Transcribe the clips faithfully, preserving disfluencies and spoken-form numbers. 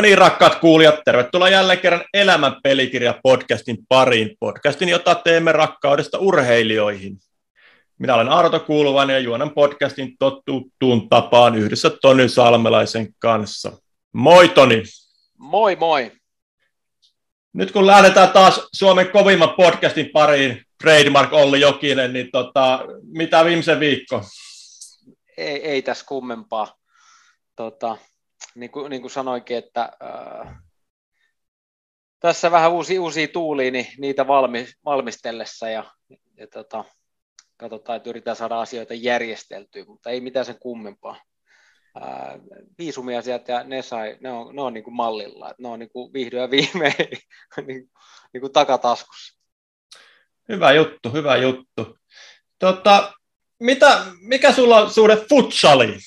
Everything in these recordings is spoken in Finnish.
No niin, rakkaat kuulijat, tervetuloa jälleen kerran Elämän pelikirja-podcastin pariin. Podcastin, jota teemme rakkaudesta urheilijoihin. Minä olen Arto Kuuluvainen ja juonan podcastin totuttuun tapaan yhdessä Toni Salmelaisen kanssa. Moi Toni! Moi moi! Nyt kun lähdetään taas Suomen kovimman podcastin pariin, trademark Olli Jokinen, niin tota, mitä viimeisen viikko? Ei, ei tässä kummempaa. Tota, niin, kuin, niin kuin sanoinkin, että äh, tässä vähän uusia, uusia tuulia niin niitä valmi, valmistellessa ja, ja tota, katsotaan, että yritetään saada asioita järjesteltyä, mutta ei mitään sen kummempaa. Äh, viisumiasiat ja ne, sai, ne on, ne on niin kuin mallilla, että ne on niin kuin vihdoin ja viimein niin, niin kuin takataskussa. Hyvä juttu, hyvä juttu. Tota, mitä, mikä sulla on suhde futsaliin?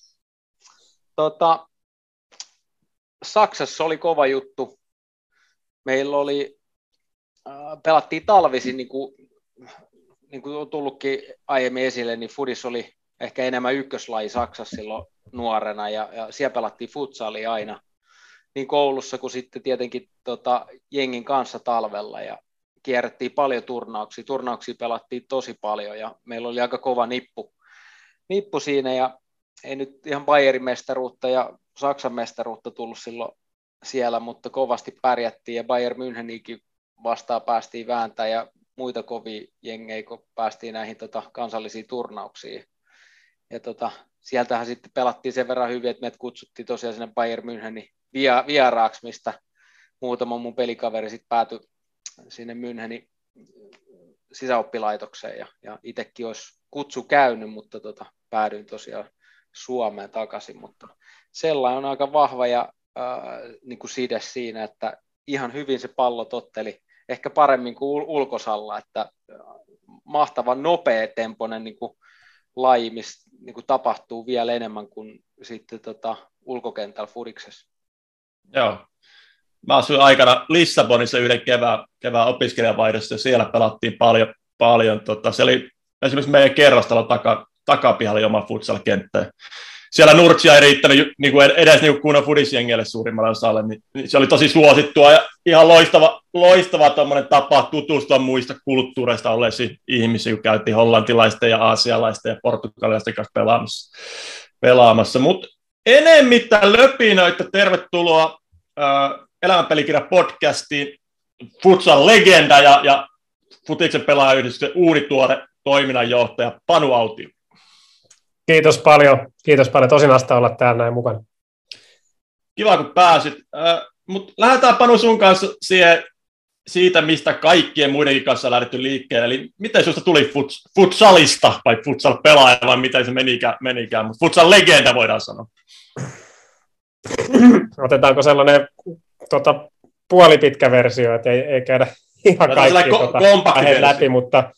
Tota, Saksassa oli kova juttu. Meillä oli, äh, pelattiin talvisin, niin kuin, niin kuin on tullutkin aiemmin esille, niin fudis oli ehkä enemmän ykköslaji Saksassa silloin nuorena, ja, ja siellä pelattiin futsalia aina, niin koulussa kuin sitten tietenkin tota, jengin kanssa talvella, ja kierrettiin paljon turnauksia. Turnauksia pelattiin tosi paljon, ja meillä oli aika kova nippu, nippu siinä, ja ei nyt ihan Bayerin mestaruutta ja Saksan mestaruutta tullut silloin siellä, mutta kovasti pärjättiin ja Bayern Münchenikin vastaan päästiin vääntämään ja muita kovia jengejä, kun päästiin näihin tota, kansallisiin turnauksiin. Ja tota, sieltähän sitten pelattiin sen verran hyvin, että meidät kutsuttiin tosiaan sinne Bayern Münchenin via- vieraaksi, mistä muutama mun pelikaveri sitten päätyi sinne Münchenin sisäoppilaitokseen ja, ja itsekin olisi kutsu käynyt, mutta tota, päädyin tosiaan Suomeen takaisin, mutta sellainen on aika vahva ja äh, niin kuin side siinä, että ihan hyvin se pallo totteli, ehkä paremmin kuin ulkosalla, että äh, mahtavan nopeatempoinen niin kuin laji, missä niin kuin tapahtuu vielä enemmän kuin sitten tota, ulkokentällä fudiksessa. Joo. Mä asuin aikana Lissabonissa yhden kevään, kevään opiskelijavaihdossa ja siellä pelattiin paljon. paljon. Tota, se oli esimerkiksi meidän kerrostalon taka, takapihalla oma futsal-kenttä. Siellä Nurtsia ei riittänyt niin kuin edes niin kuin kunnon fudisjengelle suurimmalle osalle, niin se oli tosi suosittua ja ihan loistava, loistava tapa tutustua muista kulttuureista olleisiin ihmisiin, kun käytiin hollantilaisten ja aasialaisten ja portugalilaisten kanssa pelaamassa. pelaamassa. Mutta enemmittä löpinöitä, tervetuloa äh, Elämänpelikirja-podcastiin, futsal-legenda ja, ja futiksen pelaajayhdistyksen uunituore toiminnanjohtaja Panu Autio. Kiitos paljon. Kiitos paljon. Tosi nasta olla täällä näin mukana. Kiva, kun pääsit. Äh, Mutta lähdetään Panu sun kanssa siihen, siitä, mistä kaikkien muidenkin kanssa on lähdetty liikkeelle. Eli miten sinusta tuli futs, futsalista vai futsal-pelaaja vai miten se menikään, menikään. mutta futsal-legenda voidaan sanoa. Otetaanko sellainen tota, puolipitkä versio, että ei, ei käydä ihan no, kaikki ko- tota, läpi, mutta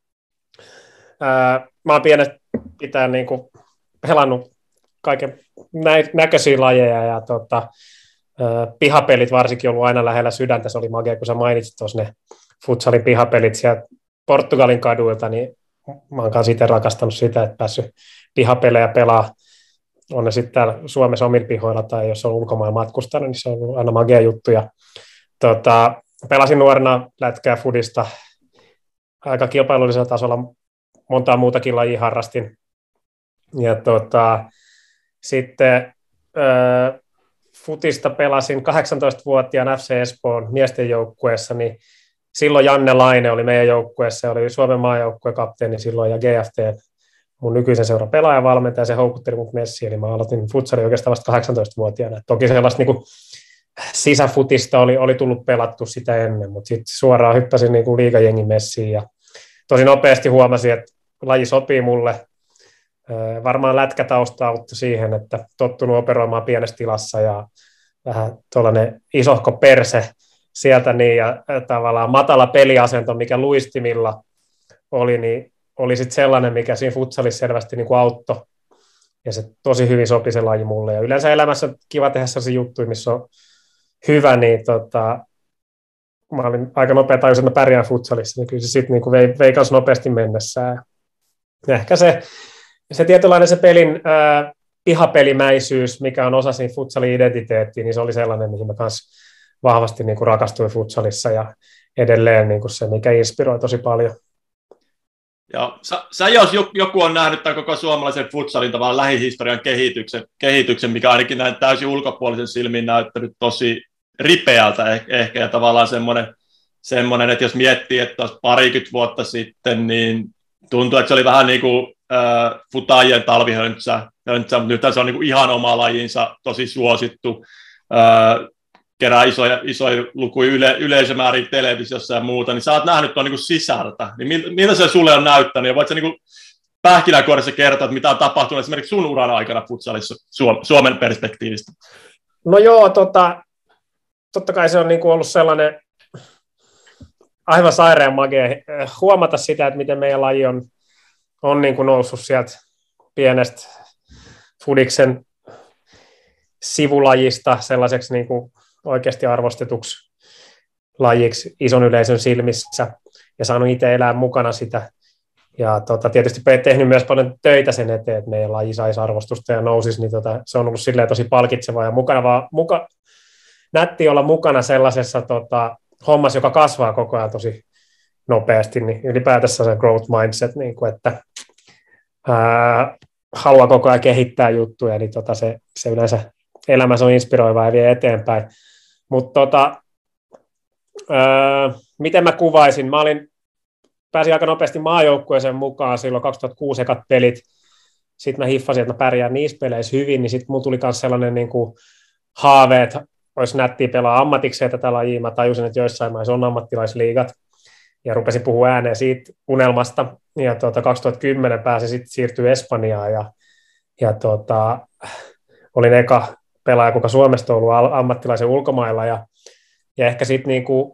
ää, mä oon pienestä pitää niin kuin pelannut kaiken nä- näköisiä lajeja ja tota, ää, pihapelit varsinkin ollut aina lähellä sydäntä. Se oli magia, kun sä mainitsit tuossa ne futsalin pihapelit sieltä Portugalin kaduilta, niin mä oon kanssa itse rakastanut sitä, että päässyt pihapelejä pelaa. On ne sitten täällä Suomessa omilla pihoilla tai jos on ulkomaan matkustanut, niin se on ollut aina magia juttu. Ja, tota, pelasin nuorena lätkää fudista aika kilpailullisella tasolla, montaa muutakin lajia harrastin. Ja tota, sitten ö, futista pelasin kahdeksantoistavuotiaan F C Espoon miesten joukkueessa, niin silloin Janne Laine oli meidän joukkueessa, oli Suomen maajoukkueen kapteeni silloin ja G F T, mun nykyisen seuran pelaajavalmentaja, se houkutteli mut messiin, eli mä aloitin futsalin oikeastaan vasta kahdeksantoistavuotiaana. Toki sellaista niin kuin sisäfutista oli, oli tullut pelattu sitä ennen, mutta sitten suoraan hyppäsin niin kuin liigajengin messiin ja tosi nopeasti huomasin, että laji sopii mulle. Varmaan lätkätausta auttoi siihen, että tottunut operoimaan pienessä tilassa ja vähän tuollainen isohko perse sieltä niin ja tavallaan matala peliasento, mikä luistimilla oli, niin oli sitten sellainen, mikä siinä futsalissa selvästi niin kuin auttoi. Ja se tosi hyvin sopi se laji mulle. Ja yleensä elämässä on kiva tehdä sellaisia juttuja, missä on hyvä, niin tota, mä olin aika nopea tajus, että mä pärjään futsalissa, niin kyllä se sitten niin kuin vei, vei kanssa nopeasti mennessään. Ja ehkä se, se tietynlainen se pelin ää, pihapelimäisyys, mikä on osa siinä futsalin identiteettiä, niin se oli sellainen, mihin mä kanssa vahvasti niin kuin rakastuin futsalissa ja edelleen niin kuin se, mikä inspiroi tosi paljon. Ja sä, sä, jos joku on nähnyt tämän koko suomalaisen futsalin tavallaan lähihistorian kehityksen, kehityksen, mikä ainakin näin täysin ulkopuolisen silmin näyttänyt tosi ripeältä ehkä, ja tavallaan semmoinen, semmoinen, että jos miettii, että parikymmentä vuotta sitten, niin tuntuu, että se oli vähän niin kuin äh, futajien talvihöntsä, höntsä, mutta nyt se on niin kuin ihan oma lajinsa, tosi suosittu, äh, kerää isoja, isoja lukuja yle, yleisömäärin televisiossa ja muuta, niin sä oot nähnyt tuon niin kuin sisältä. Niin miltä se sulle on näyttänyt? Ja voit sä niin kuin pähkinänkuoressa kertoa, että mitä on tapahtunut esimerkiksi sun uran aikana futsalissa Suomen perspektiivistä? No joo, tota, totta kai se on niin kuin ollut sellainen aivan sairaan magea huomata sitä, että miten meidän laji on, on niin kuin noussut sieltä pienestä fudiksen sivulajista sellaiseksi niin kuin oikeasti arvostetuksi lajiksi ison yleisön silmissä ja saanut itse elää mukana sitä. Ja tota, tietysti tehnyt myös paljon töitä sen eteen, että meidän laji saisi arvostusta ja nousisi, niin tota, se on ollut silleen tosi palkitsevaa ja mukana vaan, muka, nätti olla mukana sellaisessa tota, hommassa, joka kasvaa koko ajan tosi nopeasti, niin ylipäätänsä se growth mindset, niin kuin, että ää, haluaa koko ajan kehittää juttuja, niin tota, se, se yleensä elämässä on inspiroivaa ja vie eteenpäin. Mutta tota, miten mä kuvaisin? Mä olin, pääsin aika nopeasti maajoukkueeseen mukaan silloin kaksituhattakuusi ekat pelit. Sitten mä hiffasin, että mä pärjään niissä peleissä hyvin, niin sitten mulla tuli myös sellainen niin kuin haave, että olisi nättiä pelaa ammatikseen tätä lajia. Mä tajusin, että joissain maissa on ammattilaisliigat, ja rupesin puhua ääneen siitä unelmasta. Ja tuota, kaksituhattakymmenen pääsin sitten siirtyä Espanjaan, ja, ja tuota, olin eka pelaaja, kuka Suomesta on ollut ammattilaisen ulkomailla, ja, ja ehkä sitten niinku,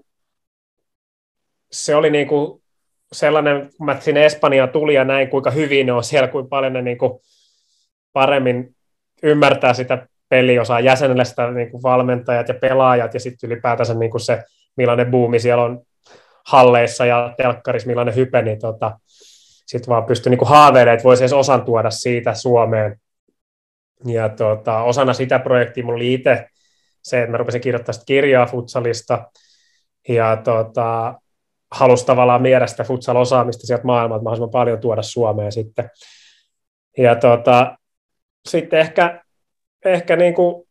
se oli niinku sellainen, kun mä sinne Espanjaan tulin ja näin, kuinka hyvin ne on siellä, kuinka paljon ne niinku paremmin ymmärtää sitä peliä, osaa jäsenellä sitä niinku valmentajat ja pelaajat, ja sitten ylipäätänsä niinku se, millainen buumi siellä on halleissa ja telkkarissa, millainen hype, niin tota, sitten vaan pystyi niinku haaveilemaan, että voisi edes osan tuoda siitä Suomeen. Ja tota, osana sitä projektia mulla oli itse se, että mä rupesin kirjoittamaan sitä kirjaa futsalista ja tota, halusi tavallaan viedä sitä futsal-osaamista sieltä maailmalta mahdollisimman paljon tuoda Suomeen sitten. Ja tota, sitten ehkä, ehkä niin kuin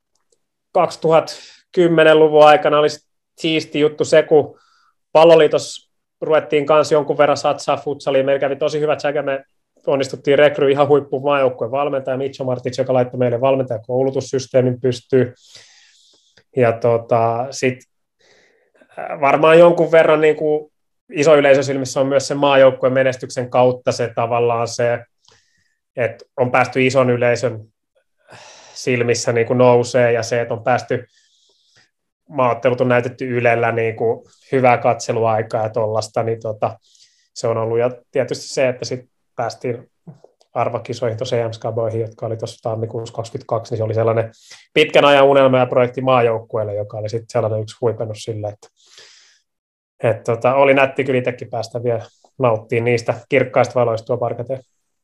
kaksituhattakymmenluvun aikana oli siisti juttu se, kun Palloliitossa ruvettiin kanssa jonkun verran satsaa futsaliin. Meillä kävi tosi hyvät säkä, me onnistuttiin rekryä ihan huippu maajoukkueen valmentaja Mitcho Martic, joka laittoi meille valmentajakoulutussysteemin pystyyn. Ja tota, sitten varmaan jonkun verran niin kuin iso yleisö silmissä on myös se maajoukkueen menestyksen kautta se tavallaan se, että on päästy ison yleisön silmissä niin kuin nousee ja se, että on päästy maaottelut on näytetty Ylellä niin kuin hyvää katseluaikaa ja tollaista, niin tota, se on ollut. Ja tietysti se, että sitten päästiin arvakisoihin tuossa E M Skaboihin, jotka oli tuossa tammikuussa kaksikymmentäkaksi, niin se oli sellainen pitkän ajan unelma ja projekti maajoukkueelle, joka oli sitten sellainen yksi huipennus sille, että, että tota, oli nätti kyllä itsekin päästä vielä nauttimaan niistä kirkkaista valoista tuo Parkateen.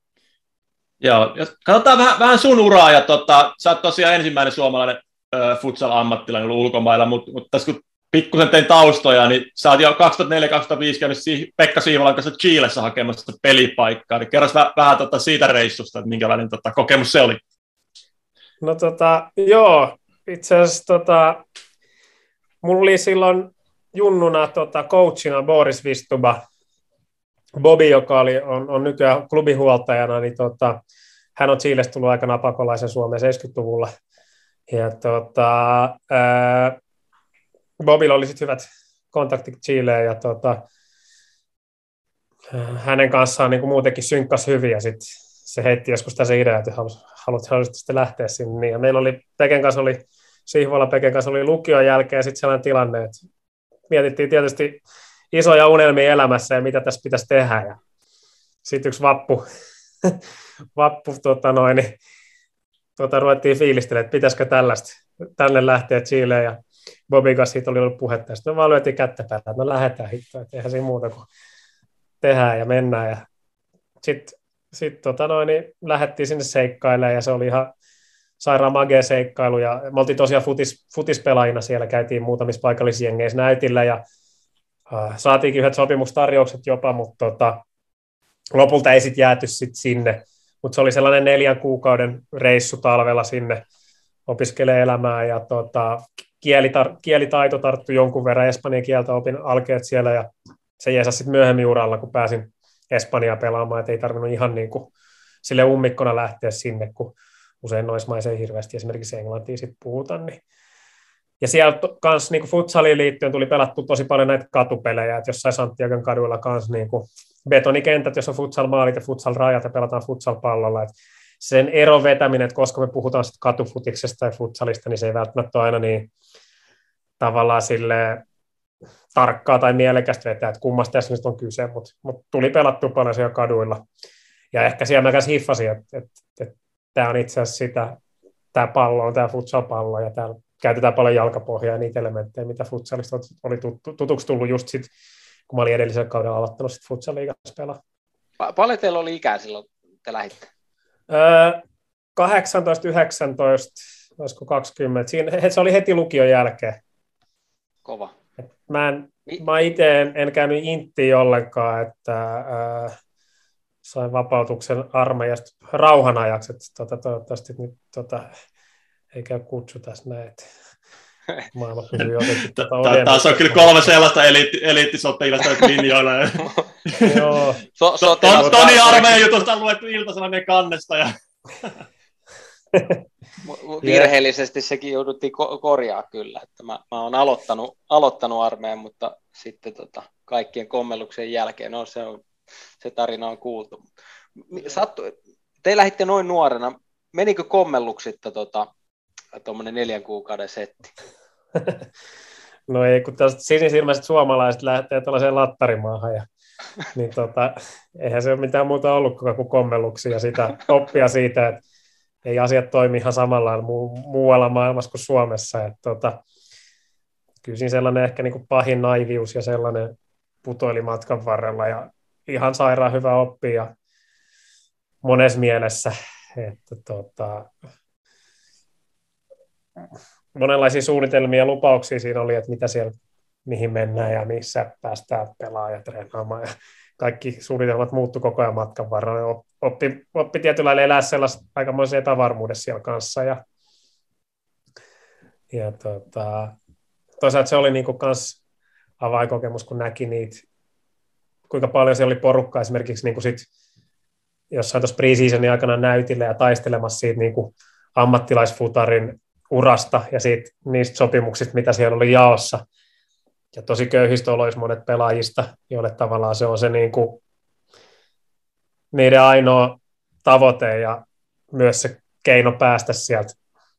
Joo, jos katsotaan vähän, vähän sun uraa, ja tota, sä oot tosiaan ensimmäinen suomalainen äh, futsal-ammattilainen ollut ulkomailla, mutta mut tässä kun pikkusen tein taustoja, niin sä oot jo kaksituhattaneljä kaksituhattaviisi käynyt Pekka Siivolan kanssa Chilessä hakemassa pelipaikkaa, niin kerros vähän, vähän tota siitä reissusta, että minkälainen tota, kokemus se oli. No tota, joo, itse asiassa tota, mulla oli silloin junnuna tota, coachina Boris Vistuba, Bobi, joka oli, on, on nykyään klubihuoltajana, niin tota, hän on Chilestä tullut aikanaan pakolaisen Suomeen seitsemänkymmentäluvulla. Ja tota, ää, Bobilla oli sitten hyvät kontaktit Chileen, ja tota, hänen kanssaan niin kuin muutenkin synkkas hyvin, ja sitten se heitti joskus tässä idea, että halusit, halusit sitten lähteä sinne. Ja meillä oli, Peken kanssa oli, Sihvola Peken kanssa oli lukion jälkeen sitten sellainen tilanne, että mietittiin tietysti isoja unelmia elämässä ja mitä tässä pitäisi tehdä. Ja sitten yksi vappu, vappu tota noin, niin, tota, ruvettiin fiilistelemään, että pitäisikö tällaista, tänne lähteä Chileen, ja Bobin kanssa siitä oli ollut puhetta, ja sitten vaan lyötiin kättä päällä, että no lähdetään hittoa, että eihän siinä muuta kuin tehdään ja mennään. Ja sitten sitten tota noin, niin lähdettiin sinne seikkailemaan ja se oli ihan sairaan magea seikkailu ja me oltiin tosiaan futis, futispelaajina siellä, käytiin muutamissa paikallisjengeissä näytillä ja äh, saatiinkin yhdet sopimustarjoukset jopa, mutta tota, lopulta ei sitten jääty sit sinne, mutta se oli sellainen neljän kuukauden reissu talvella sinne opiskelee elämää ja tota, kielitar- kielitaito tarttui jonkun verran, espanjan kieltä opin alkeet siellä ja se jeesasi sitten myöhemmin uralla, kun pääsin Espanjaa pelaamaan, että ei tarvinnut ihan niin kuin sille ummikkona lähteä sinne, kun usein noissa maissa ei hirveästi esimerkiksi englantia sitten puhuta. Niin. Ja siellä kanssa niin futsaliin liittyen tuli pelattu tosi paljon näitä katupelejä, että jossain Santiagon kaduilla kanssa niin kuin betonikentät, jos on futsal-maalit ja futsal-rajat ja pelataan futsal-pallolla. Että sen eron vetäminen, että koska me puhutaan sitten katufutiksesta ja futsalista, niin se ei välttämättä ole aina niin tavallaan silleen tarkkaa tai mielekästä vetää, että kummasta tässä nyt on kyse, mutta mut tuli pelattua paljon siellä kaduilla. Ja ehkä siellä mä käsin hiffasin, että et, et, tämä on itse asiassa sitä, tämä pallo on tämä futsal-pallo, ja täällä käytetään paljon jalkapohjaa ja niitä elementtejä, mitä futsalista oli tuttu, tutuksi tullut just sitten, kun mä olin edellisellä kaudella aloittanut sitten futsal-liigassa pelaa. Pa- paljon teillä oli ikää silloin, te lähditte? Öö, kahdeksantoista yhdeksäntoista, olisiko kaksikymmentä, siinä, se oli heti lukion jälkeen. Kova. Mä, en, mä itse en, en käynyt inttiin ollenkaan, että äh, sain vapautuksen armeijasta rauhan ajaksi, että tota, toivottavasti nyt tota, ei käy kutsu tässä näin, että maailma pysyy jotenkin. Tota, Tässä on kyllä kolme sellaista eliitti, eliittisotilaista nyt linjoilla. Joo. So, so, Toni armeijan jutusta on luettu Ilta-Sanomien kannesta. Ja virheellisesti sekin jouduttiin ko- korjaa kyllä, että mä, mä oon aloittanut, aloittanut armeijan, mutta sitten tota, kaikkien kommelluksien jälkeen, no se, on, se tarina on kuultu. Sattu, te lähditte noin nuorena, menikö kommelluksitta tota, tuommoinen neljän kuukauden setti? No ei, kun tällaiset sinisilmäiset suomalaiset lähtee tällaiseen lattarimaahan, ja, niin tota, eihän se ole mitään muuta ollut kuin kommelluksia ja sitä oppia siitä, että ei asiat toimi ihan samalla muu- muualla maailmassa kuin Suomessa. Että tota, kyllä siinä sellainen ehkä niin kuin pahin naivius ja sellainen putoili matkan varrella ja ihan sairaan hyvä oppi ja monessa mielessä. Että tota, monenlaisia suunnitelmia ja lupauksia siinä oli, että mitä siellä, mihin mennään ja missä päästään pelaamaan ja treenaamaan. Ja kaikki suunnitelmat muuttu koko ajan matkan varrella. Oppi, oppi tietyllä lailla elää sellaista aikamoisen epävarmuudessa siellä kanssa. Ja, ja tota, toisaalta se oli niinku kans avainkokemus, kun näki niitä, kuinka paljon siellä oli porukka esimerkiksi niinku sit, jossain tuossa pre-seasonin aikana näytillä ja taistelemassa siitä niinku ammattilaisfutarin urasta ja siitä, niistä sopimuksista, mitä siellä oli jaossa. Ja tosi köyhistä oloissa monet pelaajista, joille tavallaan se on se niin kuin niiden ainoa tavoite ja myös se keino päästä sieltä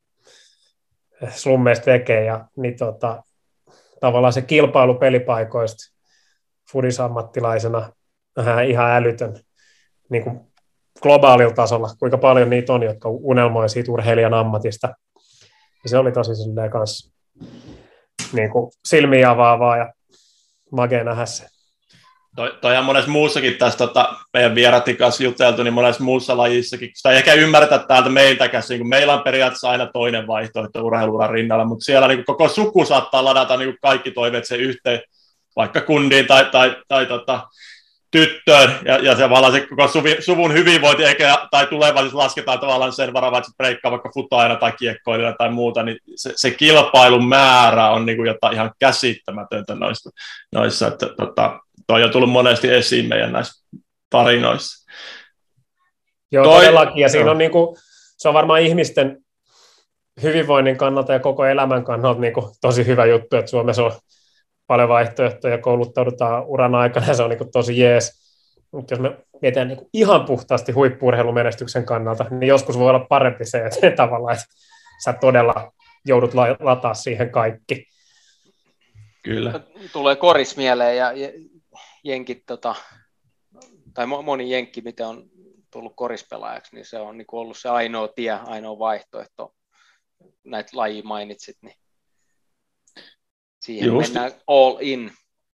slummeista vekeen. Ja niin tota, tavallaan se kilpailu pelipaikoista fudisammattilaisena on ihan älytön niin kuin globaalilla tasolla, kuinka paljon niitä on, jotka unelmoi siitä urheilijan ammatista. Ja se oli tosi silleen kanssa niin kuin silmiä avaavaa ja magea nähdä se. Toi, toi on monessa muussakin tässä tota, meidän vierattin kanssa juteltu, niin monessa muussa lajissakin. Sitä ei ehkä ymmärretä täältä meiltä käsin, kun meillä on periaatteessa aina toinen vaihtoehto urheiluuran rinnalla, mutta siellä niin koko suku saattaa ladata niin kaikki toiveet sen yhteen, vaikka kundiin tai, tai, tai tota, tyttöön, ja, ja se, se koko suvi, suvun hyvinvointi eikä, tai tulevaisuus lasketaan tavallaan sen varaa, että se breikkaa vaikka futaajana tai kiekkoilijana tai muuta, niin se, se kilpailun määrä on niin kuin jotain ihan käsittämätöntä noissa, noissa että tota, toi on tullut monesti esiin meidän näissä tarinoissa. Joo, toi, todellakin, ja siinä on niin kuin, se on varmaan ihmisten hyvinvoinnin kannalta ja koko elämän kannalta niin kuin tosi hyvä juttu, että Suomessa on paljon vaihtoehtoja, kouluttaudutaan uran aikana, ja se on niin kuin tosi jees. Mutta jos me mietitään niin kuin ihan puhtaasti huippu-urheilumenestyksen kannalta, niin joskus voi olla parempi se, että tavallaan että sä todella joudut lataa siihen kaikki. Kyllä. Tulee koris mieleen, ja jenkit, tota, tai moni jenkki, mitä on tullut korispelaajaksi, niin se on niin kuin ollut se ainoa tie, ainoa vaihtoehto. Näitä lajia mainitsit, niin siihen Just. mennään all in.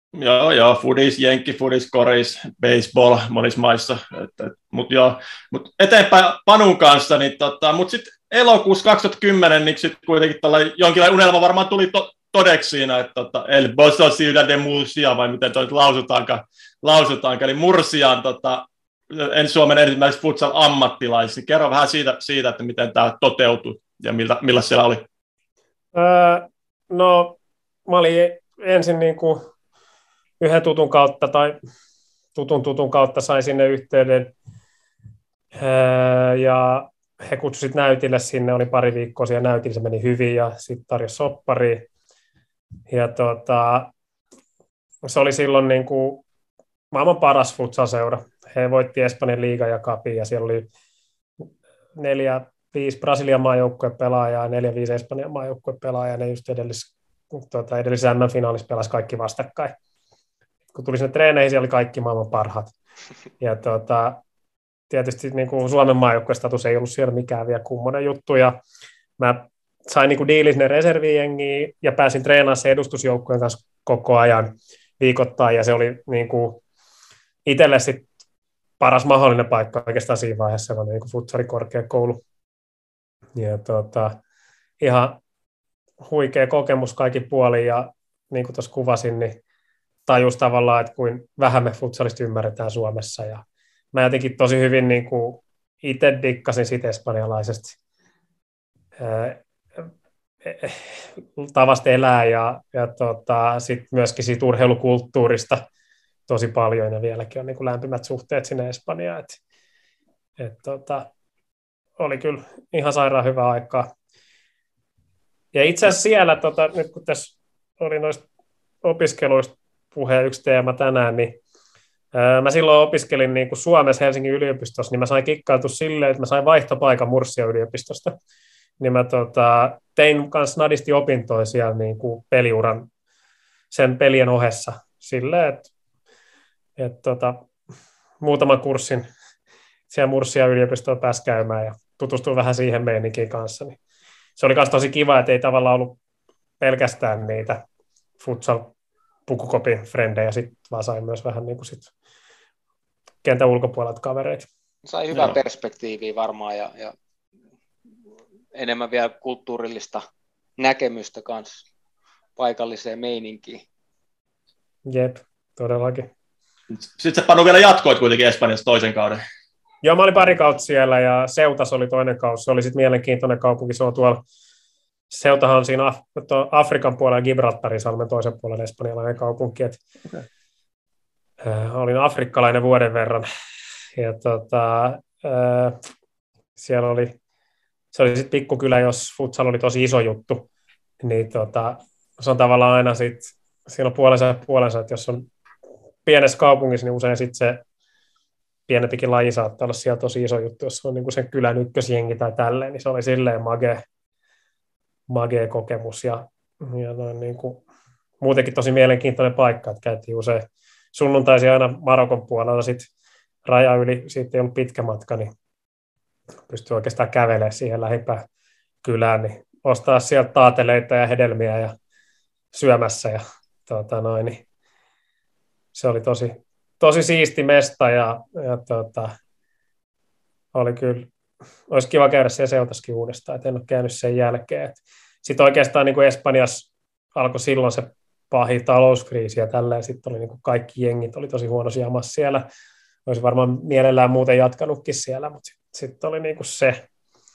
Joo, joo, foodies, jenkki, foodies, koris, baseball monissa maissa. Mutta joo, mut eteenpäin Panun kanssa, niin tota, mutta sitten elokuussa kaksituhattakymmenen, niin sitten kuitenkin jonkinlainen unelma varmaan tuli to, todeksi siinä, että tota, El Bosso Ciudad de Murcia, vai miten toi lausutaankaan, lausutaankaan, eli Murciaan tota, en Suomen ensimmäiseksi futsal-ammattilaisiksi. Niin kerro vähän siitä, siitä, että miten tämä toteutui ja millä, millä siellä oli. Öö, no, mä olin ensin niin kuin yhden tutun kautta tai tutun tutun kautta sain sinne yhteyden öö, ja he kutsuivat näytille sinne, oli pari viikkoa siellä näytillä, se meni hyvin ja sitten tarjosi soppariin. Ja tota, se oli silloin niin kuin maailman paras futsal-seura. He voitti Espanjan liigan ja cupin ja siellä oli neljä, viisi Brasilian maajoukkueen pelaajaa ja neljä, viisi Espanjan maajoukkueen pelaajaa. Ne just edellis, tuota, edellisessä M M-finaalissa pelasi kaikki vastakkain. Kun tuli sinne treeneihin, siellä oli kaikki maailman parhaat. Ja tuota, tietysti niin kuin Suomen maajoukkueen status ei ollut siellä mikään vielä kummonen juttu. Ja mä sain niin kuin diilin sinne reservijengiin ja pääsin treenaamaan se edustusjoukkueen kanssa koko ajan viikoittain. Ja se oli niin kuin itselle sit paras mahdollinen paikka oikeastaan siinä vaiheessa, se on niin kuin futsalikorkeakoulu. Ja tuota, ihan huikea kokemus kaikin puolin ja niin kuin tuossa kuvasin, niin tajus tavallaan, että kuin vähän me futsalista ymmärretään Suomessa. Ja mä jotenkin tosi hyvin niin kuin itse dikkasin siitä espanjalaisesta tavasta elää ja, ja tota, sitten myöskin siitä urheilukulttuurista tosi paljon ja vieläkin on niin kuin lämpimät suhteet sinne Espanjaan. Et, et, tota, oli kyllä ihan sairaan hyvää aikaa. Ja itse asiassa siellä, tota, nyt kun tässä oli noista opiskeluista puheen yksi teema tänään, niin ää, mä silloin opiskelin niin kuin Suomessa Helsingin yliopistossa, niin mä sain kikkailtua silleen, että mä sain vaihtopaikan Murcia yliopistosta. Niin mä tota, tein kanssa nadisti opintoja siellä niin kuin peliuran sen pelien ohessa silleen, että et, tota, muutaman kurssin siellä Murcia yliopistoon pääsi käymään ja tutustuin vähän siihen meininkiin kanssa. Niin se oli myös tosi kiva, että ei tavallaan ollut pelkästään niitä futsal-pukukopin frendejä, sitten vaan sain myös vähän niin kuin sit kentän ulkopuolelta kavereita. Sai hyvää no. perspektiiviä varmaan ja, ja enemmän vielä kulttuurillista näkemystä kanssa paikalliseen meininkiin. Jep, todellakin. Sitten sä Panu vielä jatkoit kuitenkin Espanjassa toisen kauden. Joo, mä olin pari kautta siellä ja Seutas oli toinen kausi. Se oli sitten mielenkiintoinen kaupunki. Se on tuolla, Seutahan on siinä Af- Afrikan puolella Gibraltarin salmen toisen puolella espanjalainen kaupunki. Et, okay. äh, olin afrikkalainen vuoden verran. Ja tota, äh, siellä oli, se oli sitten pikkukylä, jos futsal oli tosi iso juttu. Niin tota, se on tavallaan aina sitten, siinä on puolensa ja puolensa, että jos on pienessä kaupungissa, niin usein sitten se pienempikin laji saattaa olla siellä tosi iso juttu, jos on niin kuin sen kylän ykkösjengi tai tälleen, niin se oli silleen mage, mage kokemus ja, ja noin niin kuin, muutenkin tosi mielenkiintoinen paikka, että käytiin usein sunnuntaisin aina Marokon puolella, sitten raja yli, siitä ei ollut pitkä matka, niin pystyi oikeastaan kävelemään siihen lähimpään kylään, niin ostaa sieltä taateleita ja hedelmiä ja syömässä ja tuota noin, niin se oli tosi, tosi siisti mesta ja, ja tuota, oli kyllä, olisi kiva käydä siellä Seutaskin uudestaan, että en ole käynyt sen jälkeen. Sitten oikeastaan niin kuin Espanjassa alkoi silloin se pahin talouskriisi ja tälleen, sitten oli niin kuin kaikki jengit, oli tosi huonossa jamassa siellä. Olisi varmaan mielellään muuten jatkanutkin siellä, mutta sitten sit oli niin kuin se,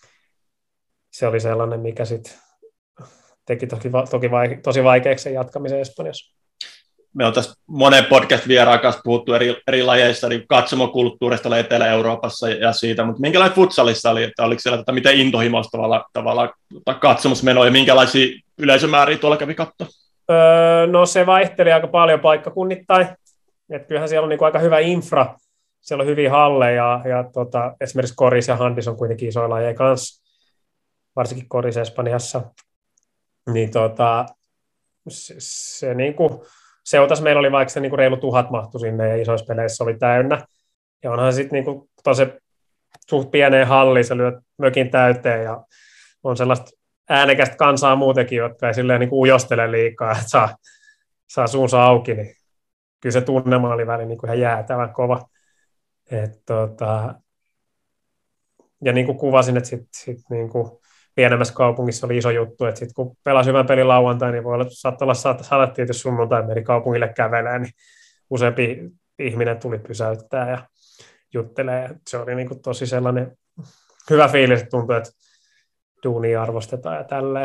se oli sellainen, mikä sitten teki toki, toki vaike, tosi vaikeaksi sen jatkamisen Espanjassa. Me on tässä monen podcast-vieraan kanssa puhuttu eri, eri lajeista, niin katsomokulttuurista Etelä-Euroopassa ja siitä, mutta minkälainen futsalissa oli, että oliko siellä, että miten intohimoista tavalla, tavalla katsomusmenoa ja minkälaisia yleisömääriä tuolla kävi katsoa? Öö, no se vaihteli aika paljon paikkakunnittain, että kyllähän siellä on niin kuin aika hyvä infra, siellä on hyviä halleja ja tota, esimerkiksi koris ja handis on kuitenkin isoja lajeja kanssa, varsinkin koris Espanjassa, niin tota, se, se niin kuin Seutas meillä oli vaikka se niinku reilu tuhat mahtu sinne ja isoissa peleissä oli täynnä. Ja onhan sitten niinku tosi suht pieneen halliin, se lyöt mökin täyteen ja on sellaista äänekästä kansaa muutenkin, jotka ei silleen niinku ujostele liikaa, että saa, saa suunsa auki. Niin kyllä se tunnelma oli väliin niin kuin ihan jäätävän kova. Et, tota, ja niin kuin kuvasin, että sit, sit niin kuin pienemmässä kaupungissa oli iso juttu, että sit kun pelasi hyvän pelin lauantai, niin voi olla, saattaa olla sadettiin, jos sunnuntai meni kaupungille kävelee, niin useampi ihminen tuli pysäyttää ja juttelee. Se oli niin kuin tosi sellainen hyvä fiilis, että tuntui, että duunia arvostetaan ja tälleen.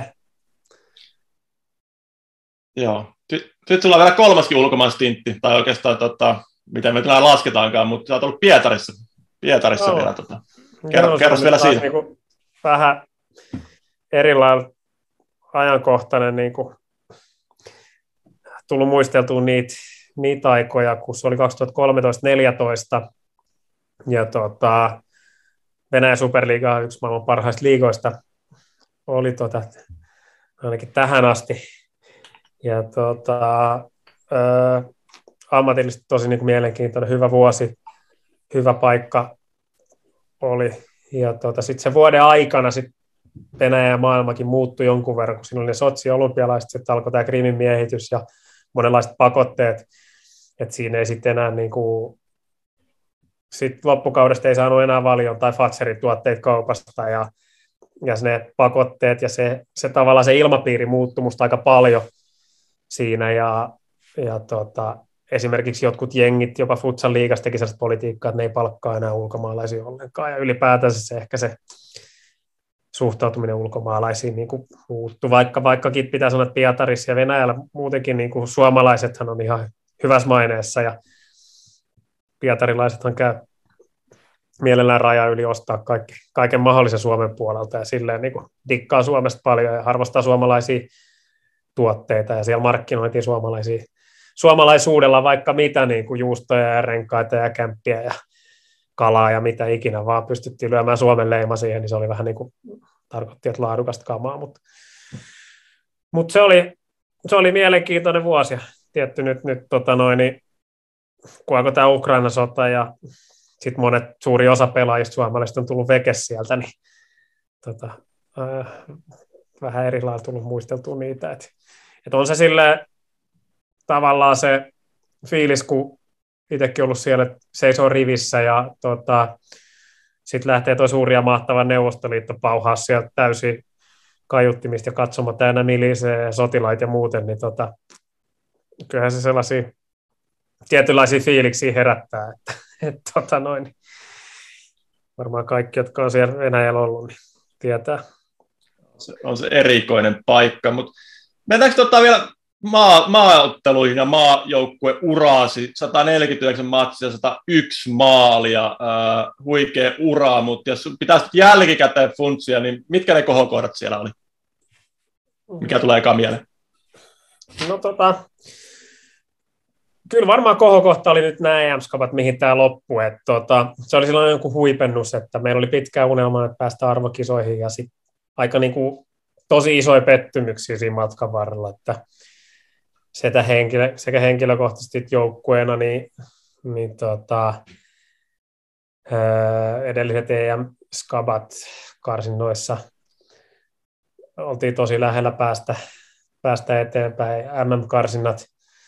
Joo. Sitten sulla on vielä kolmaskin ulkomaan stintti, tai oikeastaan, tota, miten me tällä lasketaankaan, mutta sä oot ollut Pietarissa, Pietarissa no. vielä. Tota. Kerro, kerro vielä siitä. Niin vähän erilainen ajankohtainen, niin kuin, tullut muisteltua niitä, niitä aikoja, kun se oli kaksituhattakolmetoista neljätoista, ja tota, Venäjän Superliiga on yksi maailman parhaista liigoista, oli tota, ainakin tähän asti. Ja tota, ö, ammatillisesti tosi niin kuin mielenkiintoinen, hyvä vuosi, hyvä paikka oli. Ja tota, sitten se vuoden aikana sit Venäjä ja maailmakin muuttui jonkun verran, kun siinä oli ne Sotsi-olympialaiset, sitten alkoi tämä Krimin miehitys ja monenlaiset pakotteet, että siinä ei sitten enää niin kuin, sit loppukaudesta ei saanut enää Valion tai Fatserin tuotteita kaupasta ja, ja ne pakotteet ja se, se tavallaan se ilmapiiri muuttui musta aika paljon siinä ja, ja tota, esimerkiksi jotkut jengit, jopa Futsal liigassa teki sellaista politiikkaa, että ne ei palkkaa enää ulkomaalaisia ollenkaan ja ylipäätänsä se ehkä se suhtautuminen ulkomaalaisiin niin kuin muuttui, vaikka, vaikkakin pitää sanoa, että Pietarissa ja Venäjällä muutenkin niin kuin suomalaisethan on ihan hyvässä maineessa ja pietarilaisethan käy mielellään raja yli ostaa kaikki, kaiken mahdollisen Suomen puolelta ja silleen niin kuin dikkaa Suomesta paljon ja arvostaa suomalaisia tuotteita ja siellä markkinoitiin suomalaisia, suomalaisuudella vaikka mitä niin kuin juustoja ja renkaita ja kämppiä ja kalaa ja mitä ikinä, vaan pystyttiin lyömään Suomen leima siihen, niin se oli vähän niin kuin, tarkoitti, että laadukasta kamaa, mutta, mutta se, oli, se oli mielenkiintoinen vuosi ja tietty nyt, nyt tota noin, niin, kun alkoi tämä Ukraina-sota ja sitten monet, suuri osa pelaajista suomalaisista on tullut vekes sieltä, niin tota, äh, vähän eri lailla tullut muisteltua niitä, että et on se silleen tavallaan se fiilis, kun itsekin ollut siellä, että seisoo rivissä ja tota, sitten lähtee tuo suuri ja mahtava Neuvostoliitto pauhaa sieltä täysin kaiuttimista ja katsomaan täynnä milisee sotilaita ja muuten, niin tota, kyllähän se sellaisia tietynlaisia fiiliksiä herättää, että et, tota noin, varmaan kaikki, jotka on siellä Venäjällä ollut, niin tietää. Se on se erikoinen paikka, mutta mennäänkö tota vielä maa, maaotteluihin ja maajoukkueuraasi, sata neljäkymmentäyhdeksän matsia, sata yksi maalia, äh, huikea ura, mutta jos pitäisi jälkikäteen funtsia, niin mitkä ne kohokohdat siellä oli? Mikä tulee eka mieleen? No tota, kyllä varmaan kohokohta oli nyt nämä E M-skapat, mihin tämä loppui. Et, tota, se oli silloin joku huipennus, että meillä oli pitkä unelma, että päästään arvokisoihin ja sitten aika niinku, tosi isoja pettymyksiä siinä matkan varrella, että sekä, henkilö, sekä henkilökohtaisesti joukkueena, niin, niin tota, edelliset E M-skabat karsinnoissa oltiin tosi lähellä päästä, päästä eteenpäin. M M-karsinnat,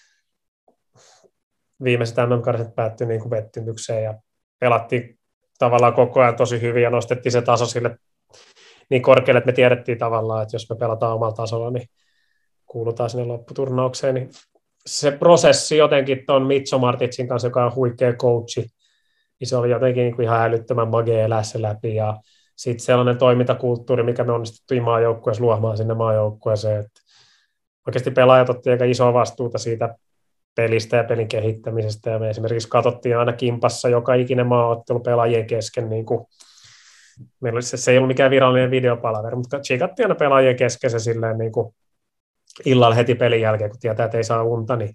viimeiset M M-karsinnat päättyi niin kuin pettymykseen ja pelattiin tavallaan koko ajan tosi hyvin ja nostettiin se taso sille niin korkealle, että me tiedettiin tavallaan, että jos me pelataan omalla tasolla, niin kuulutaan sinne lopputurnaukseen. Niin se prosessi jotenkin tuon Mitso Martitsin kanssa, joka on huikea coachi, niin se oli jotenkin niin kuin ihan älyttömän magea elää se läpi. Ja sitten sellainen toimintakulttuuri, mikä me onnistuttiin maajoukkueessa luomaan sinne maajoukkueeseen, että oikeasti pelaajat otti aika isoa vastuuta siitä pelistä ja pelin kehittämisestä. Ja me esimerkiksi katsottiin aina kimpassa joka ikinen maaottelu pelaajien kesken, niin kuin meillä oli se, se ei ollut mikään virallinen videopalaveri, mutta tsiikattiin aina pelaajien kesken se silleen niin kuin illalla heti pelin jälkeen, kun tietää, että ei saa unta, niin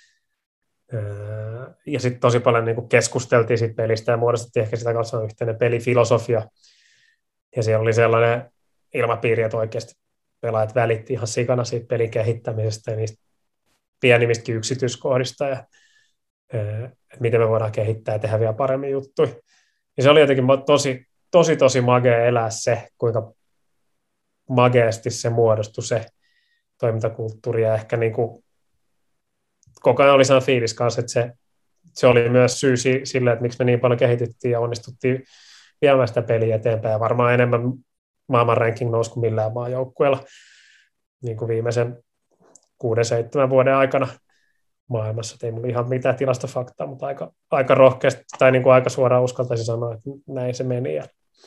öö, ja sitten tosi paljon niin kuin keskusteltiin siitä pelistä ja muodostettiin ehkä sitä kanssa yhteinen pelifilosofia. Ja siellä oli sellainen ilmapiiri, että oikeasti pelaajat välitti ihan sikana siitä pelin kehittämisestä ja niistä pienimmistäkin yksityiskohdista ja öö, että miten me voidaan kehittää ja tehdä vielä paremmin juttuja. Ja se oli jotenkin tosi, tosi, tosi magea elää se, kuinka mageasti se muodostui se toimintakulttuuri ja ehkä niin kuin koko ajan oli sellainen fiilis kanssa, että se, se oli myös syy sille, että miksi me niin paljon kehityttiin ja onnistuttiin viemään sitä peliä eteenpäin, ja varmaan enemmän maailman ranking nousi kuin millään maajoukkueella niin kuin viimeisen kuuden, seitsemän vuoden aikana maailmassa. Et ei mulla ihan mitään tilastofaktaa, mutta aika, aika rohkeasti tai niin kuin aika suoraan uskaltaisin sanoa, että näin se meni. Ja,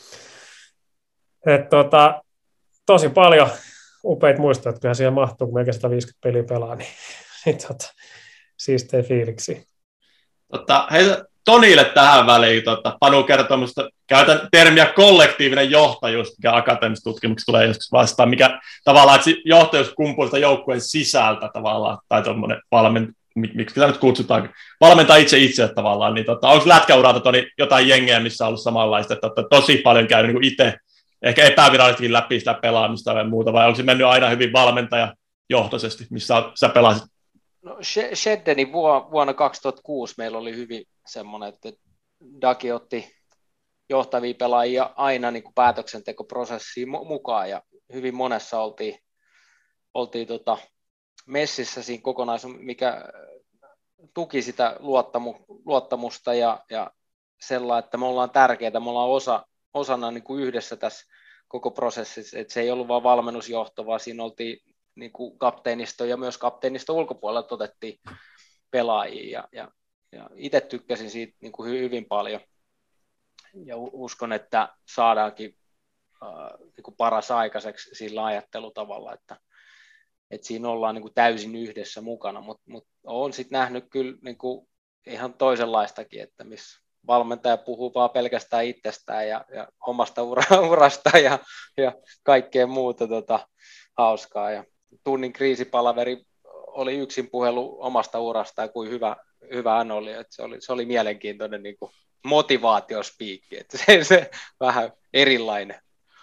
et, tota, tosi paljon upeita muistoja, että kyllähän siihen mahtuu, kun melkein sata viisikymmentä peliä pelaa, niin, niin tota, siistejä fiiliksi. Tota, hei, Tonille tähän väliin, tota, Panu kertoo minusta, käytän termiä kollektiivinen johtajuus, mikä akateemisessa tutkimuksessa tulee joskus vastaan, mikä tavallaan, että johtajuus kumpuu sitä joukkueen sisältä tavallaan, tai tuommoinen valmentaja, miksi sitä nyt kutsutaan, valmentaa itse itse tavallaan, niin tota, onko lätkäuralta Toni jotain jengeä, missä on ollut samanlaista, että olette tosi paljon käynyt niin itse, ehkä epävirallisestikin läpi sitä pelaamista tai muuta, vai onko se mennyt aina hyvin valmentajajohtoisesti, missä sä pelasit? No, Sheddenin vuonna kaksituhattakuusi meillä oli hyvin semmoinen, että Dagi otti johtavia pelaajia aina niin kuin päätöksentekoprosessiin mukaan, ja hyvin monessa oltiin, oltiin tota messissä siinä kokonaisuudessa, mikä tuki sitä luottamu, luottamusta ja, ja sellainen, että me ollaan tärkeitä, me ollaan osa, osana niin kuin yhdessä tässä koko prosessissa, että se ei ollut vain valmennusjohto, vaan siinä oltiin niin kuin kapteenisto ja myös kapteenisto ulkopuolella otettiin pelaajia, ja, ja, ja itse tykkäsin siitä niin kuin hyvin paljon, ja uskon, että saadaankin äh, niin kuin paras aikaiseksi sillä ajattelutavalla, että, että siinä ollaan niin kuin täysin yhdessä mukana, mutta mut olen sitten nähnyt kyllä niin kuin ihan toisenlaistakin, että missä valmentaja puhuu vaan pelkästään itsestään ja, ja omasta ura, urasta ja, ja kaikkea muuta tota, hauskaa, ja tunnin kriisipalaveri oli yksin puhelu omasta urasta ja kuin hyvä, hyvä hän oli, että se oli, se oli mielenkiintoinen niin kuin motivaatiospiikki, että se, se vähän erilainen.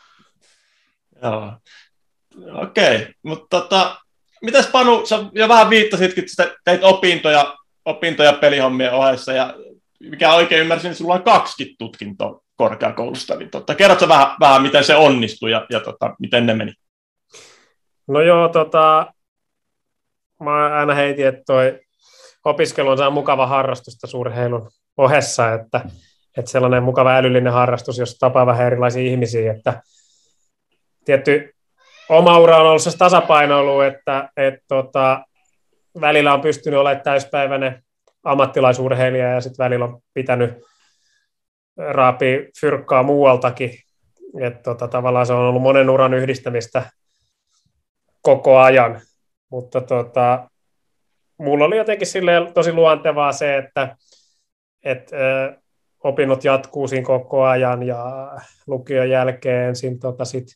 Joo, okei, okay. Mutta tota, mitäs Panu, sä jo vähän viittasitkin, että teit opintoja, opintoja pelihommien ohessa, ja mikä oikein ymmärsin, niin sulla on kaksikin tutkintoa korkeakoulusta, niin tota, kerrotko vähän, vähän, miten se onnistui ja, ja tota, miten ne meni? No joo, tota, mä aina heitin, että toi opiskelu on mukava harrastus tässä urheilun ohessa, että, että sellainen mukava älyllinen harrastus, jos tapaa vähän erilaisia ihmisiä, että tietty oma ura on ollut se tasapainoilu, että, että tota, välillä on pystynyt olemaan täyspäiväinen ammattilaisurheilija ja sitten välillä on pitänyt raapia fyrkkaa muualtakin, että tota, tavallaan se on ollut monen uran yhdistämistä koko ajan, mutta tota, mulla oli jotenkin silleen tosi luontevaa se, että et, ö, opinnot jatkuu siinä koko ajan ja lukion jälkeen ensin tota, sit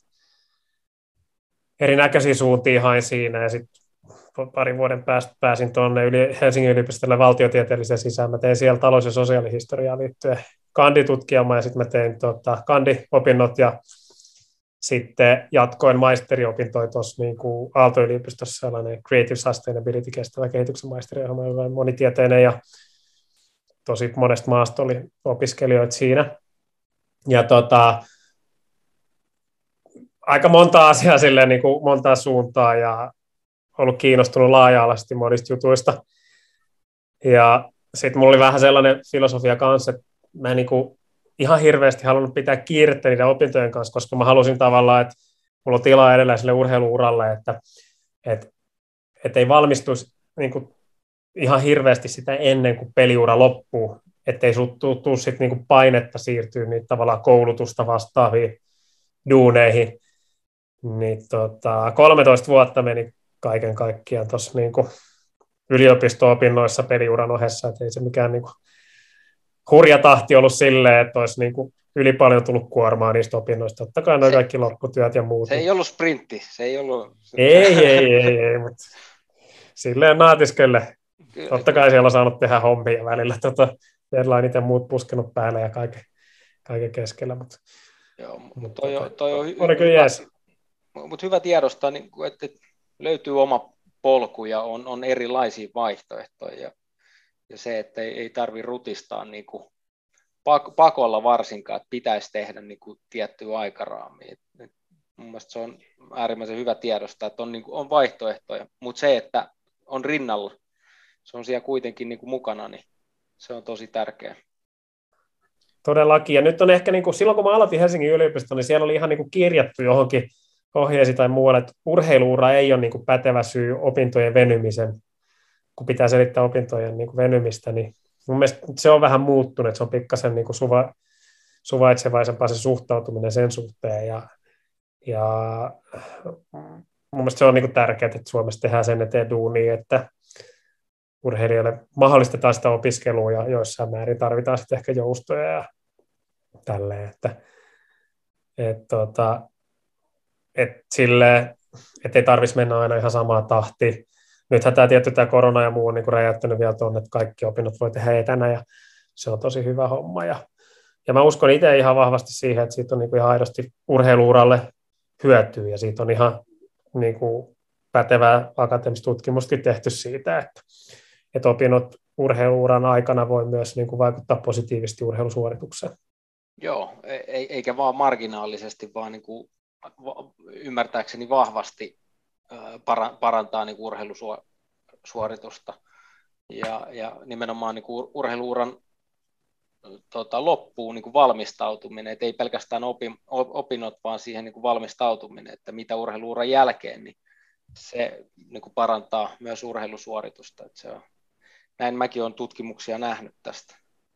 erinäköisiä suuntia hain siinä, ja sitten parin vuoden päästä pääsin tuonne yli Helsingin yliopistolle valtiotieteelliseen sisään. Mä tein siellä talous- ja sosiaalihistoriaan liittyen kanditutkielmaa, ja sitten mä tein tota, kandiopinnot ja sitten jatkoin maisteriopintoja tuossa niin kuin Aalto-yliopistossa, sellainen Creative Sustainability, kestävä kehityksen maisterioohjelma, monitieteinen, ja tosi monesta maasta oli opiskelijoita siinä. Ja tota, aika monta asiaa silleen, niin kuin montaa suuntaa, ja ollut kiinnostunut laaja-alaisesti monista jutuista. Ja sitten mulla oli vähän sellainen filosofia kanssa, että mä en niin kuin ihan hirveästi halunnut pitää kiirettä niiden opintojen kanssa, koska mä halusin tavallaan, että mulla on tilaa edelleen sille urheilu-uralle, että, että, että ei valmistuisi niin kuin ihan hirveästi sitä ennen kuin peliura loppuu, ettei tule sitten niin kuin painetta siirtyä niitä tavallaan koulutusta vastaaviin duuneihin. Niin tota, kolmetoista vuotta meni kaiken kaikkiaan tuossa niin kuin yliopisto-opinnoissa peliuran ohessa, että ei se mikään niin kuin hurja tahti ollut silleen, että olisi niin kuin yli paljon tullut kuormaa niistä opinnoista. Totta kai nuo kaikki lopputyöt ja muut. Se ei ollut sprintti, se ei ollut... Ei, ei, ei, ei, ei mutta silleen naatiskelle. Totta kai siellä on saanut tehdä hommia välillä, tota, deadlineit ja muut puskenut päälle ja kaiken, kaiken keskellä. Mutta, joo, mutta toi, toi, toi on hy- oli kyllä jees. Mutta hyvä tiedostaa, että löytyy oma polku ja on, on erilaisia vaihtoehtoja. Ja, ja se, että ei, ei tarvitse rutistaa niin kuin pak, pakolla varsinkaan, että pitäisi tehdä niin kuin tiettyä aikaraamia. Et, et mun mielestä se on äärimmäisen hyvä tiedostaa, että on, niin kuin, on vaihtoehtoja, mutta se, että on rinnalla se on siellä kuitenkin niin kuin mukana, niin se on tosi tärkeä. Todellakin, ja nyt on ehkä, niin kuin, silloin kun mä aloitin Helsingin yliopiston, niin siellä oli ihan niin kuin kirjattu johonkin ohjeisiin tai muualle, että urheiluura ei ole niin kuin pätevä syy opintojen venymisen, kun pitää selittää opintojen niin kuin venymistä, niin mun mielestä se on vähän muuttunut, että se on pikkasen niin kuin suva, suvaitsevaisempaa se suhtautuminen sen suhteen, ja, ja mun mielestä se on niin kuin tärkeää, että Suomessa tehdään sen eteen duunia, että urheilijoille mahdollistetaan sitä opiskelua, ja joissain määrin tarvitaan sitten ehkä joustoja ja tälleen, että et, tota, et sille, ettei tarvitsisi mennä aina ihan samaa tahtia. Nythän tämä tietty tämä korona ja muu on niin kuin räjäyttänyt vielä tuonne, että kaikki opinnot voi tehdä etänä, ja se on tosi hyvä homma. Ja, ja mä uskon itse ihan vahvasti siihen, että siitä on niin kuin ihan aidosti urheiluuralle hyötyä, ja siitä on ihan niin kuin pätevää akateemista tutkimustakin tehty siitä, että, että opinnot urheiluuran aikana voi myös niin kuin vaikuttaa positiivisesti urheilusuoritukseen. Joo, eikä vaan marginaalisesti, vaan niin kuin ymmärtääkseni vahvasti parantaa niin kuin urheilusuoritusta. Ja, ja nimenomaan niin kuin urheiluuran tota, loppuun niin kuin valmistautuminen, että ei pelkästään opi, opinnot, vaan siihen niin kuin valmistautuminen, että mitä urheiluuran jälkeen, niin se niin kuin parantaa myös urheilusuoritusta. Että se on, näin mäkin olen tutkimuksia nähnyt tästä.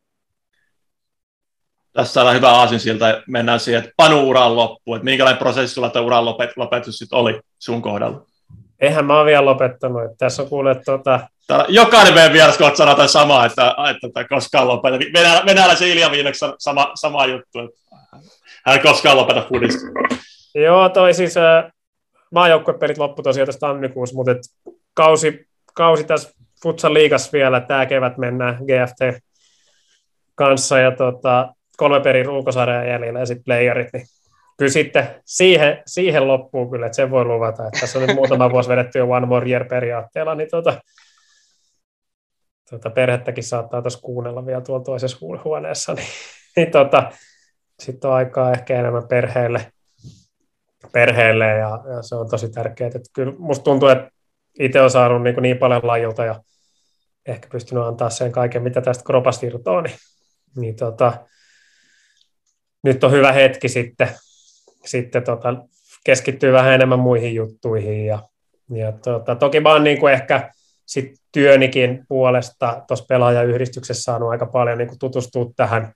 Tässä on hyvä aasinsilta, että mennään siihen, että Panu uran loppuun, että minkälainen prosessi sulla tuo uran lopetus sitten oli sun kohdalla? Eihän mä ole vielä lopettanut, että tässä on kuullut, että tota... Täällä jokainen meidän vieras kohta sanoo tämän samaa, että, että, että koskaan lopeta. Venäjä, venäläisen Ilja viimeksi sama, sama juttu, että hän koskaan lopeta fudista. Joo, toi siis äh, maajoukkuepelit loppu tosiaan tässä tammikuussa, mutta et kausi, kausi tässä Futsal liigassa vielä, tämä kevät mennään G F T kanssa ja tota, kolme perin ulkosarjaa jäljellä ja sitten playerit, niin kyllä sitten siihen, siihen loppuu kyllä, että sen voi luvata, että tässä on nyt muutama vuosi vedetty jo one more year periaatteella, niin tota, tota perhettäkin saattaa tuossa kuunnella vielä tuolla toisessa huoneessa, niin, niin tota, sitten on aikaa ehkä enemmän perheelle, perheelle ja, ja se on tosi tärkeää, että kyllä musta tuntuu, että itse on saanut niin, niin paljon lajilta ja ehkä pystynyt antaa sen kaiken, mitä tästä kropasta irtoaa, niin, niin tota, nyt on hyvä hetki sitten, sitten tota, keskittyy vähän enemmän muihin juttuihin. Ja, ja tota, toki mä oon niin kuin ehkä sit työnikin puolesta tuossa pelaajayhdistyksessä saanut aika paljon niin kuin tutustua tähän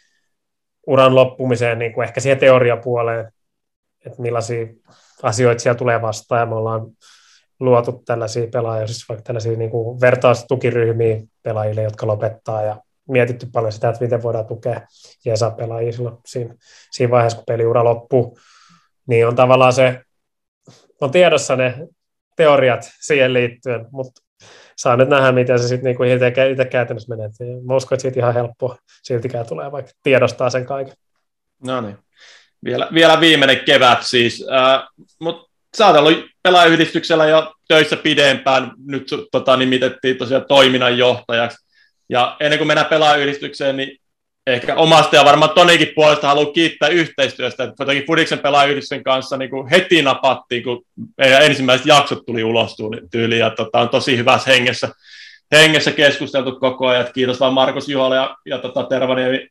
uran loppumiseen, niin kuin ehkä siihen teoriapuoleen, että millaisia asioita siellä tulee vastaan. Ja me ollaan luotu tällaisia pelaajia, siis vaikka tällaisia niin kuin vertaustukiryhmiä pelaajille, jotka lopettaa ja mietitty paljon sitä, että miten voidaan tukea jeesa-pelaajia siinä, siinä vaiheessa, kun peliura loppuu, niin on tavallaan se, on tiedossa ne teoriat siihen liittyen, mutta saa nyt nähdä, miten se sitten niinku itse käytännössä menee. Mä uskon, että siitä ihan helppoa siltikään tulee, vaikka tiedostaa sen kaiken. No niin, vielä, vielä viimeinen kevät siis, äh, mutta sä oot ollut pelaajayhdistyksellä jo töissä pidempään, nyt tota, nimitettiin tosiaan toiminnanjohtajaksi. Ja ennen kuin mennään pelaajayhdistykseen, niin ehkä omasta ja varmaan Tonikin puolesta haluan kiittää yhteistyöstä. Että jotenkin Fudiksen pelaajayhdistyksen kanssa niin kuin heti napattiin, kun meidän ensimmäiset jaksot tuli ulos tyyliin. Ja tota, on tosi hyvässä hengessä, hengessä keskusteltu koko ajan. Että kiitos vaan Markus Juholle ja, ja tota, Tervanievi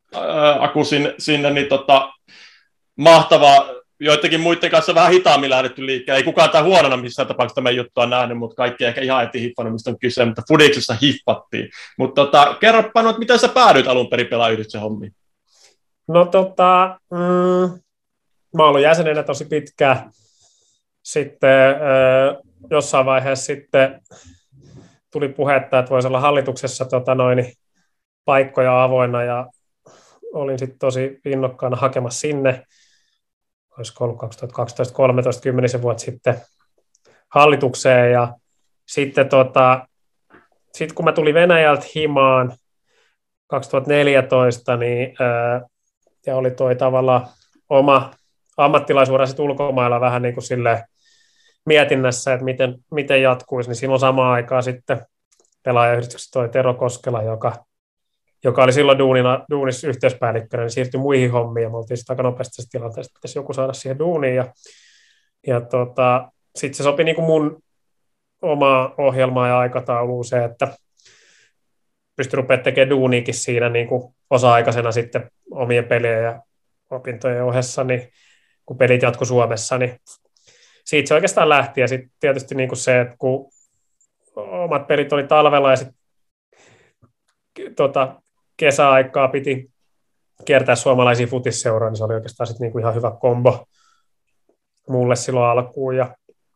Aku sinne, sinne niin tota, mahtavaa. Joidenkin muiden kanssa vähän hitaammin lähdetty liikkeelle. Ei kukaan tämä huonona missään tapauksessa meidän juttua nähnyt, mutta kaikki ehkä ihan eti hiffannut, mistä on kyse, mutta Fudiksessa hiffattiin. Mutta tota, kerropa, no, miten sä päädyit alun perin pelaajayhdistyksen hommiin? No tota, mm, mä oon ollut jäsenenä tosi pitkään. Sitten äh, jossain vaiheessa sitten tuli puhetta, että voisi olla hallituksessa tota noin, paikkoja avoinna ja olin sitten tosi innokkaana hakemassa sinne. Olisiko ollut kaksituhattakaksitoista kolmetoista kymmenisen vuotta sitten hallitukseen ja sitten tota, sit kun mä tulin Venäjältä himaan kaksituhattaneljätoista niin, ää, ja oli toi tavallaan oma ammattilaisuura sitten ulkomailla vähän niin kuin silleen mietinnässä, että miten, miten jatkuisi, niin silloin samaan aikaan sitten pelaajayhdistyksessä toi Tero Koskela, joka joka oli silloin duunina, duunissa yhteyspäällikkönä, niin siirtyi muihin hommiin, ja me oltiin sitten aika nopeasti tässä tilanteessa, että pitäisi joku saada siihen duuniin, ja, ja tota, sitten se sopi niin kuin mun omaa ohjelmaa ja aikataulua se, että pystyi rupeamaan tekemään duuniikin siinä niin kuin osa-aikaisena sitten omien pelien ja opintojen ohessa, niin kun pelit jatkui Suomessa, niin siitä se oikeastaan lähti. Ja sitten tietysti niin kuin se, että kun omat pelit oli talvella ja sitten tota, kesäaikaa piti kiertää suomalaisia futisseuroja, niin se oli oikeastaan sitten niin kuin ihan hyvä kombo mulle silloin alkuun. Ja,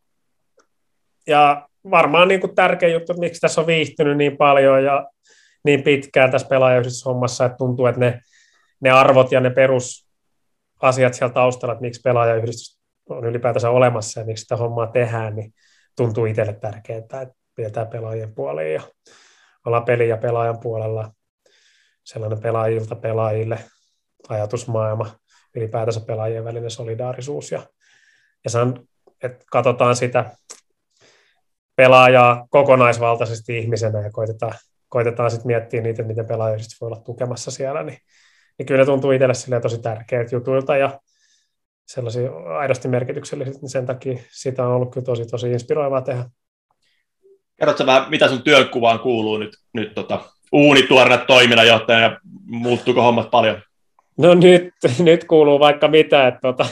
ja varmaan niin kuin tärkeä juttu, että miksi tässä on viihtynyt niin paljon ja niin pitkään tässä pelaajayhdistyshommassa, että tuntuu, että ne, ne arvot ja ne perusasiat siellä taustalla, että miksi pelaajayhdistys on ylipäätänsä olemassa ja miksi sitä hommaa tehdään, niin tuntuu itselle tärkeää, että pidetään pelaajien puoliin ja ollaan pelin ja pelaajan puolella sellainen pelaajilta pelaajille ajatusmaailma, ylipäätänsä pelaajien välinen solidaarisuus ja, ja san, että katsotaan sitä pelaajaa kokonaisvaltaisesti ihmisenä ja koitetaan, koitetaan sitten miettiä niitä, miten pelaajista voi olla tukemassa siellä, niin, niin kyllä tuntuu itselle tosi tärkeitä jutuilta ja sellaisia aidosti merkityksellisiä, niin sen takia sitä on ollut kyllä tosi, tosi inspiroivaa tehdä. Kerrotko vähän, mitä sun työnkuvaan kuuluu nyt, nyt tota, uunituorena toiminnanjohtajana ja muuttuuko hommat paljon? No nyt, nyt kuuluu vaikka mitä, että tota,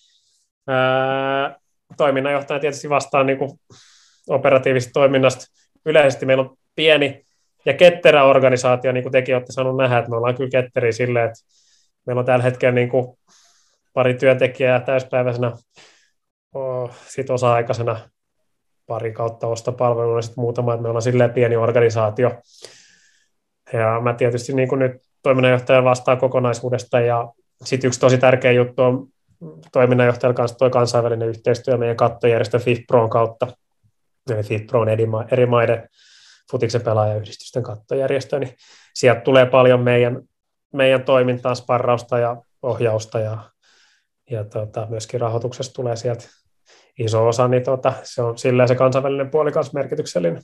ää, toiminnanjohtaja tietysti vastaa niin kuin operatiivisesta toiminnasta. Yleisesti meillä on pieni ja ketterä organisaatio, niin kuin tekin olette sanonut nähdä, että me ollaan kyllä ketteriä silleen, että meillä on tällä hetkellä niin kuin pari työntekijää täyspäiväisenä, sitten osa-aikaisena pari kautta ostopalveluilla, sitten muutama, että me ollaan silleen pieni organisaatio. Ja mä tietysti niin kuin nyt toiminnanjohtaja vastaa kokonaisuudesta, ja sitten yksi tosi tärkeä juttu on toiminnanjohtajan kanssa tuo kansainvälinen yhteistyö meidän kattojärjestö FIFPROn kautta, eli FIFPRO on eri maiden futiksen pelaajayhdistysten kattojärjestö, niin sieltä tulee paljon meidän, meidän toimintaan sparrausta ja ohjausta, ja, ja tota, myöskin rahoituksesta tulee sieltä iso osa, niin tota, se on silleen se kansainvälinen puoli kanssa merkityksellinen.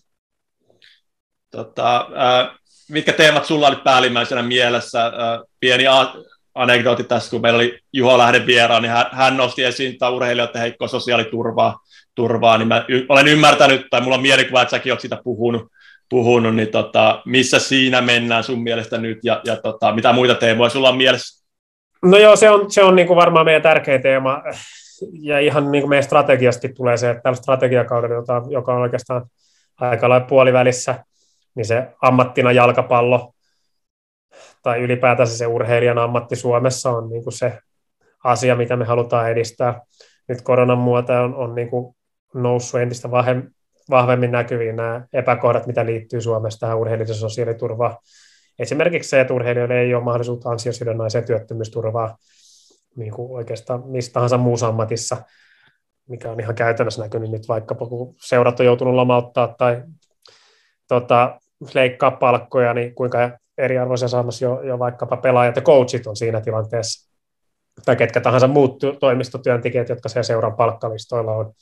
Tota, äh, mitkä teemat sulla oli päällimmäisenä mielessä? Äh, pieni a- anekdootti tässä, kun meillä oli Juho Lähden vieraan, niin hän, hän nosti esiin tämä urheilijoiden heikkoa sosiaaliturvaa, turvaa, niin mä y- olen ymmärtänyt, tai mulla on mielikuva, että säkin olet siitä puhunut, puhunut niin tota, missä siinä mennään sun mielestä nyt, ja, ja tota, mitä muita teemoja sulla on mielessä? No joo, se on, se on niin kuin varmaan meidän tärkeä teema, ja ihan niin kuin meidän strategiastakin tulee se, että tällä strategiakaudella, joka on oikeastaan aika lailla puolivälissä, niin se ammattina jalkapallo tai ylipäätänsä se urheilijan ammatti Suomessa on niin kuin se asia, mitä me halutaan edistää. Nyt koronan muuta on, on niin kuin noussut entistä vahvemmin näkyviin nämä epäkohdat, mitä liittyy Suomessa tähän urheilijan sosiaaliturvaan. Esimerkiksi se, että urheilijoille ei ole mahdollisuutta ansiosidonnaiseen työttömyysturvaa niin kuin oikeastaan mistä tahansa muussa ammatissa, mikä on ihan käytännössä näkynyt nyt vaikkapa, kun seurat on joutunut lomauttaa tai tota, leikkaa palkkoja, niin kuinka eriarvoisia saamassa jo, jo vaikkapa pelaajat ja coachit on siinä tilanteessa, tai ketkä tahansa muut toimistotyöntekijät, jotka siellä seuran palkkalistoilla on.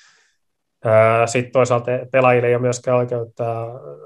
Sitten toisaalta pelaajille ei ole myöskään oikeutta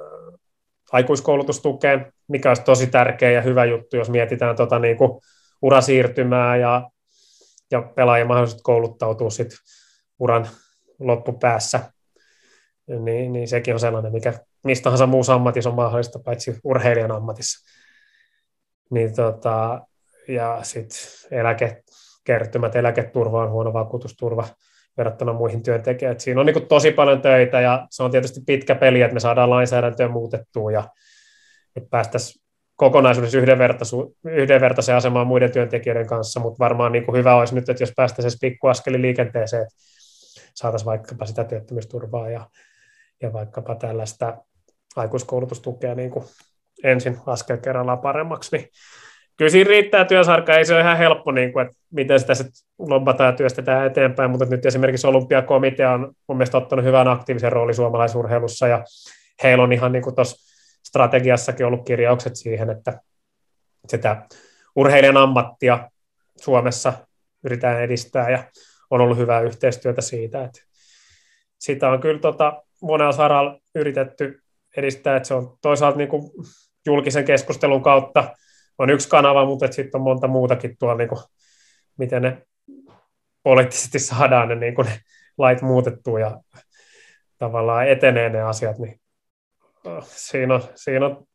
aikuiskoulutustukeen, mikä olisi tosi tärkeä ja hyvä juttu, jos mietitään tota, niin kuin urasiirtymää ja, ja pelaajien mahdollisuus kouluttautua sit uran loppupäässä, niin, niin sekin on sellainen, mikä mistä tahansa muussa ammatissa on mahdollista, paitsi urheilijan ammatissa. Niin tota, ja sitten eläkekertymät, eläketurva on huono vakuutusturva verrattuna muihin työntekijöihin. Siinä on niin kuin tosi paljon töitä, ja se on tietysti pitkä peli, että me saadaan lainsäädäntöä muutettua, ja että päästäisiin kokonaisuudessa yhdenvertaiseen asemaan muiden työntekijöiden kanssa, mutta varmaan niin kuin hyvä olisi nyt, että jos päästäisiin pikkuaskeli liikenteeseen, että saataisiin vaikkapa sitä työttömyysturvaa ja, ja vaikkapa tällaista aikuiskoulutustukea niin kuin ensin askel kerrallaan paremmaksi, niin kyllä siinä riittää työsarkaa, ei se ole ihan helppo, niin kuin, että miten sitä lobbataan ja työstetään eteenpäin, mutta nyt esimerkiksi Olympiakomitea on mun mielestä ottanut hyvän aktiivisen roolin suomalaisurheilussa, ja heillä on ihan niin kuin tuossa strategiassakin ollut kirjaukset siihen, että sitä urheilijan ammattia Suomessa yritetään edistää, ja on ollut hyvää yhteistyötä siitä, että sitä on kyllä tota, monella saralla yritetty edistää, että se on toisaalta niin kuin julkisen keskustelun kautta on yksi kanava, mutta sitten on monta muutakin tuolla, niin kuin, miten ne poliittisesti saadaan ne, niin kuin ne lait muutettua ja tavallaan etenee ne asiat, niin siinä on, siinä on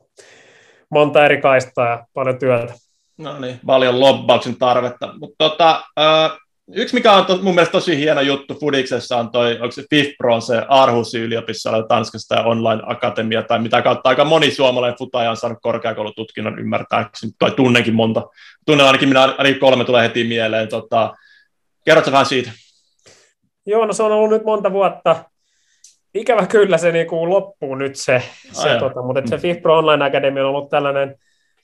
monta eri kaistaa ja paljon työtä. No niin, paljon lobbauksen tarvetta. Mutta tota, yksi, mikä on to, mun mielestä tosi hieno juttu Fudiksessa, on toi, onko se FIFPro, se Aarhusin yliopistossa Tanskassa ja online-akatemia, tai mitä kautta aika moni suomalainen futaja on saanut korkeakoulututkinnon ymmärtääkseni, tai tunnenkin monta. Tunnen ainakin, minä ainakin kolme tulee heti mieleen. Tota, kerrotko vähän siitä? Joo, no se on ollut nyt monta vuotta. Ikävä kyllä se niin kuin loppuu nyt se, se Ai tota, mutta se FIFPro Online Academy on ollut tällainen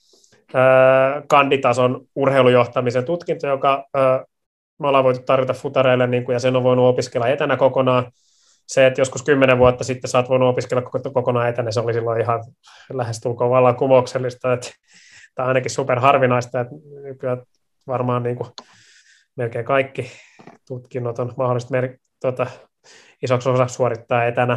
äh, kanditason urheilujohtamisen tutkinto, joka äh, me ollaan voitu tarjota futareille, niin kuin, ja sen on voinut opiskella etänä kokonaan. Se, että joskus kymmenen vuotta sitten sä oot voinut opiskella kokonaan etänä, se oli silloin ihan lähestulkoon vallankumouksellista, että tämä on ainakin superharvinaista, että nykyään varmaan niin kuin melkein kaikki tutkinnot on mahdollista mer- tota, isoksi osaksi suorittaa etänä.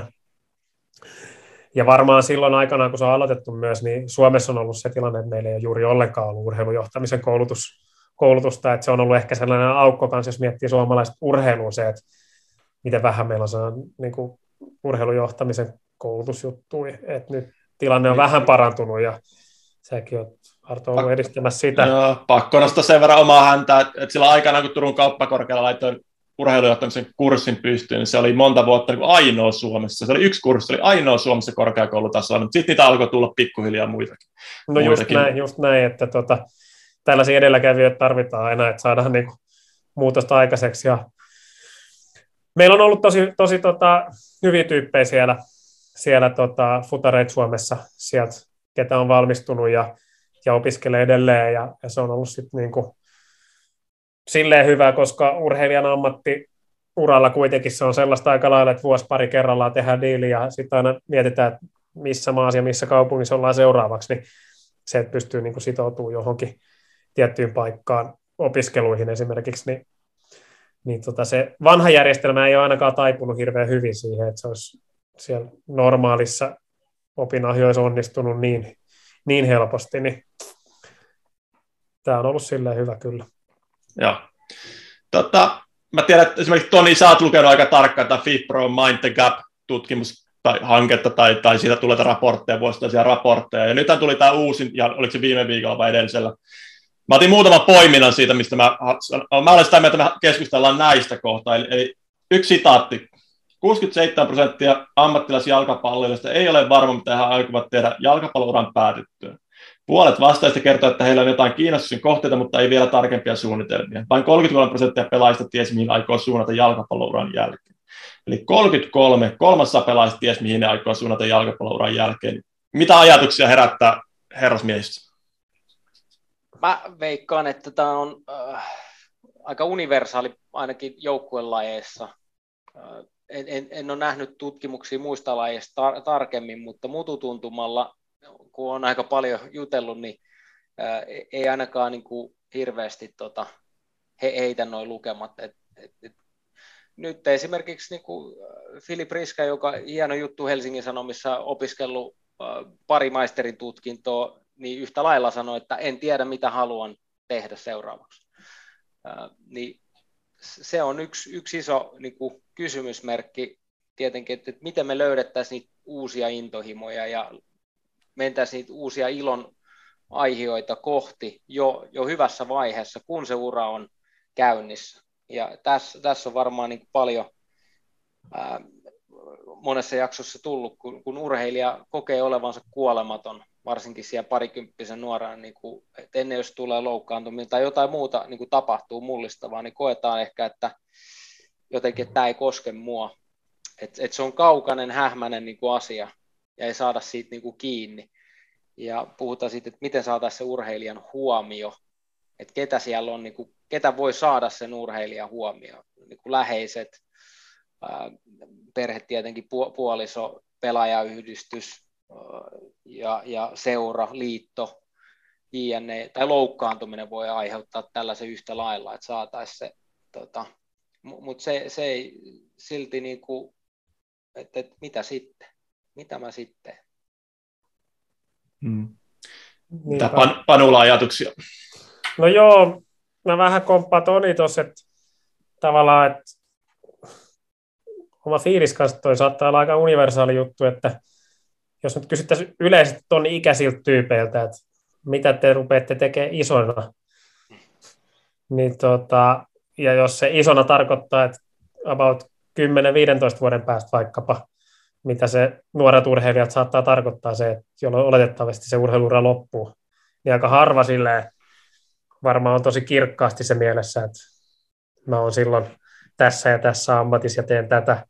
Ja varmaan silloin aikanaan, kun se on aloitettu myös, niin Suomessa on ollut se tilanne, että meillä ei ole juuri ollenkaan ollut urheilujohtamisen koulutus, koulutusta, että se on ollut ehkä sellainen aukko kanssa, jos miettii suomalaista urheilua, se, että miten vähän meillä on sellainen niin kuin urheilujohtamisen koulutusjuttuja, että nyt tilanne on vähän parantunut ja säkin olet Arto ollut edistämässä sitä. Joo, pakko nostaa sen verran omaa häntä, että sillä aikana, kun Turun kauppakorkealla laitoin urheilujohtamisen kurssin pystyyn, niin se oli monta vuotta niin ainoa Suomessa. Se oli yksi kurssi, se oli ainoa Suomessa korkeakoulutasolla, mutta sitten niitä alkoi tulla pikkuhiljaa muitakin. No just muitakin. näin, just näin, että tota, tällaisia edelläkävijöitä tarvitaan aina, että saadaan niinku muutosta aikaiseksi. Ja meillä on ollut tosi, tosi tota, hyviä tyyppejä siellä, siellä tota, futareit Suomessa, sieltä ketä on valmistunut ja, ja opiskelee edelleen, ja, ja se on ollut sitten niinku silleen hyvä, koska urheilijan ammattiuralla kuitenkin se on sellaista aika lailla, että vuosi pari kerrallaan tehdään diili ja sitten aina mietitään, että missä maassa ja missä kaupungissa ollaan seuraavaksi, niin se, että pystyy niin kuin sitoutumaan johonkin tiettyyn paikkaan opiskeluihin esimerkiksi, niin, niin tota se vanha järjestelmä ei ole ainakaan taipunut hirveän hyvin siihen, että se olisi siellä normaalissa opinahjoissa onnistunut niin, niin helposti, niin tämä on ollut silleen hyvä kyllä. Joo. Tota, mä tiedän, että esimerkiksi Toni, sä oot lukenut aika tarkkaan tämä FIFPro Mind the Gap-tutkimus tai hanketta, tai, tai siitä tulee raportteja, vuosittaisia raportteja, ja nythän tuli tämä uusin, ja oliko se viime viikolla vai edellisellä. Mä otin muutaman poiminnan siitä, mistä mä, mä olen sitä mieltä, että me keskustellaan näistä kohtaa, eli, eli yksi sitaatti. kuusikymmentäseitsemän prosenttia ammattilaisjalkapalloilijoista ei ole varma, mitä he aikovat tehdä jalkapallouran päätyttyä. Puolet vastaajista kertoo, että heillä on jotain kiinnostuksen kohteita, mutta ei vielä tarkempia suunnitelmia. Vain kolmekymmentäkolme prosenttia pelaajista ties, mihin aikoo suunnata jalkapallouran jälkeen. Eli kolmekymmentäkolme, kolmassa pelaajista ties, mihin ne aikoo suunnata jalkapallouran jälkeen. Mitä ajatuksia herättää herrasmiehistä? Mä veikkaan, että tämä on äh, aika universaali ainakin joukkuelajeissa. Äh, en, en, en ole nähnyt tutkimuksia muista lajeista tar- tarkemmin, mutta mututuntumalla, kun on aika paljon jutellut, niin ää, ei ainakaan niin kuin hirveästi tota, he, heitä nuo lukemat. Et, et, et, nyt esimerkiksi niin kuin Filip Riska, joka hieno juttu Helsingin Sanomissa opiskellut ää, pari maisterin tutkintoa, niin yhtä lailla sanoi, että en tiedä mitä haluan tehdä seuraavaksi. Ää, niin se on yksi, yksi iso niin kuin kysymysmerkki tietenkin, että, että miten me löydettäisiin niitä uusia intohimoja ja mentäisiin niitä uusia ilon aihioita kohti jo, jo hyvässä vaiheessa, kun se ura on käynnissä. Ja tässä, tässä on varmaan niin paljon ää, monessa jaksossa tullut, kun, kun urheilija kokee olevansa kuolematon, varsinkin siellä parikymppisen nuorana, niin kuin, että ennen jos tulee loukkaantumista tai jotain muuta niin kuin tapahtuu mullistavaa, niin koetaan ehkä, että jotenkin että tämä ei koske mua. Että et se on kaukainen, hähmäinen niin kuin asia. Ja ei saada siitä niin kuin kiinni. Ja puhutaan siitä, että miten saataisiin se urheilijan huomio, että ketä siellä on, niin kuin, ketä voi saada sen urheilijan huomio, niin kuin läheiset, ää, perhe tietenkin, puoliso, pelaajayhdistys ää, ja, ja seura, liitto, jne. Tai loukkaantuminen voi aiheuttaa tällaisen yhtä lailla, että saataisiin se, tota, mutta se, se ei silti, niin kuin, että, että mitä sitten? Mitä mä sitten? Hmm. Mitä pan, Panulla ajatuksia? No joo, mä vähän komppaan Toni tuossa, että tavallaan, että oma fiilis kanssa, toi saattaa olla aika universaali juttu, että jos nyt kysyttäisiin yleisesti tuon ikäisiltä tyypeiltä, että mitä te rupeatte tekemään isona, niin tota, ja jos se isona tarkoittaa, että about kymmenen viisitoista vuoden päästä vaikkapa, mitä se nuoret urheilijat saattaa tarkoittaa se, että jolloin oletettavasti se urheiluura loppuu, niin aika harva silleen varmaan on tosi kirkkaasti se mielessä, että mä oon silloin tässä ja tässä ammatissa ja teen tätä.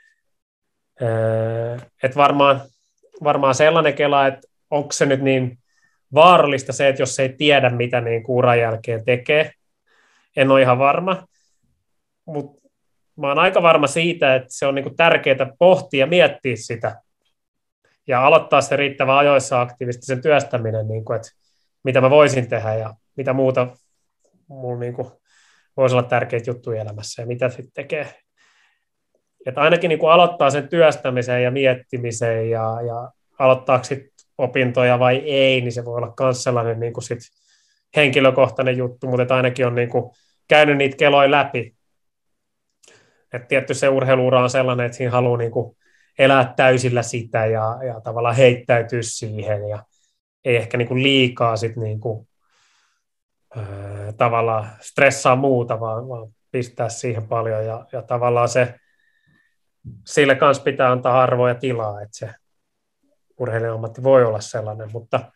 Että varmaan, varmaan sellainen kela, että onko se nyt niin vaarallista se, että jos ei tiedä, mitä niin uran jälkeen tekee. En ole ihan varma, mutta mä oon aika varma siitä, että se on niin kuin tärkeää pohtia ja miettiä sitä ja aloittaa se riittävän ajoissa aktiivisesti työstäminen, niin kuin, että mitä mä voisin tehdä ja mitä muuta mulla niin kuin voisi olla tärkeitä juttuja elämässä ja mitä sitten tekee. Että ainakin niin kuin aloittaa sen työstämisen ja miettimisen ja, ja aloittaako sitten opintoja vai ei, niin se voi olla myös sellainen niin kuin sit henkilökohtainen juttu, mutta ainakin on niin kuin käynyt niitä keloja läpi. Et tietty se urheiluura on sellainen, että siinä haluaa niin kuin elää täysillä sitä ja, ja tavallaan heittäytyä siihen ja ei ehkä niin kuin liikaa sit niin kuin, öö, tavallaan stressaa muuta, vaan, vaan pistää siihen paljon ja, ja tavallaan se sille kanssa pitää antaa arvoa ja tilaa, että se urheilijan ammatti voi olla sellainen, mutta,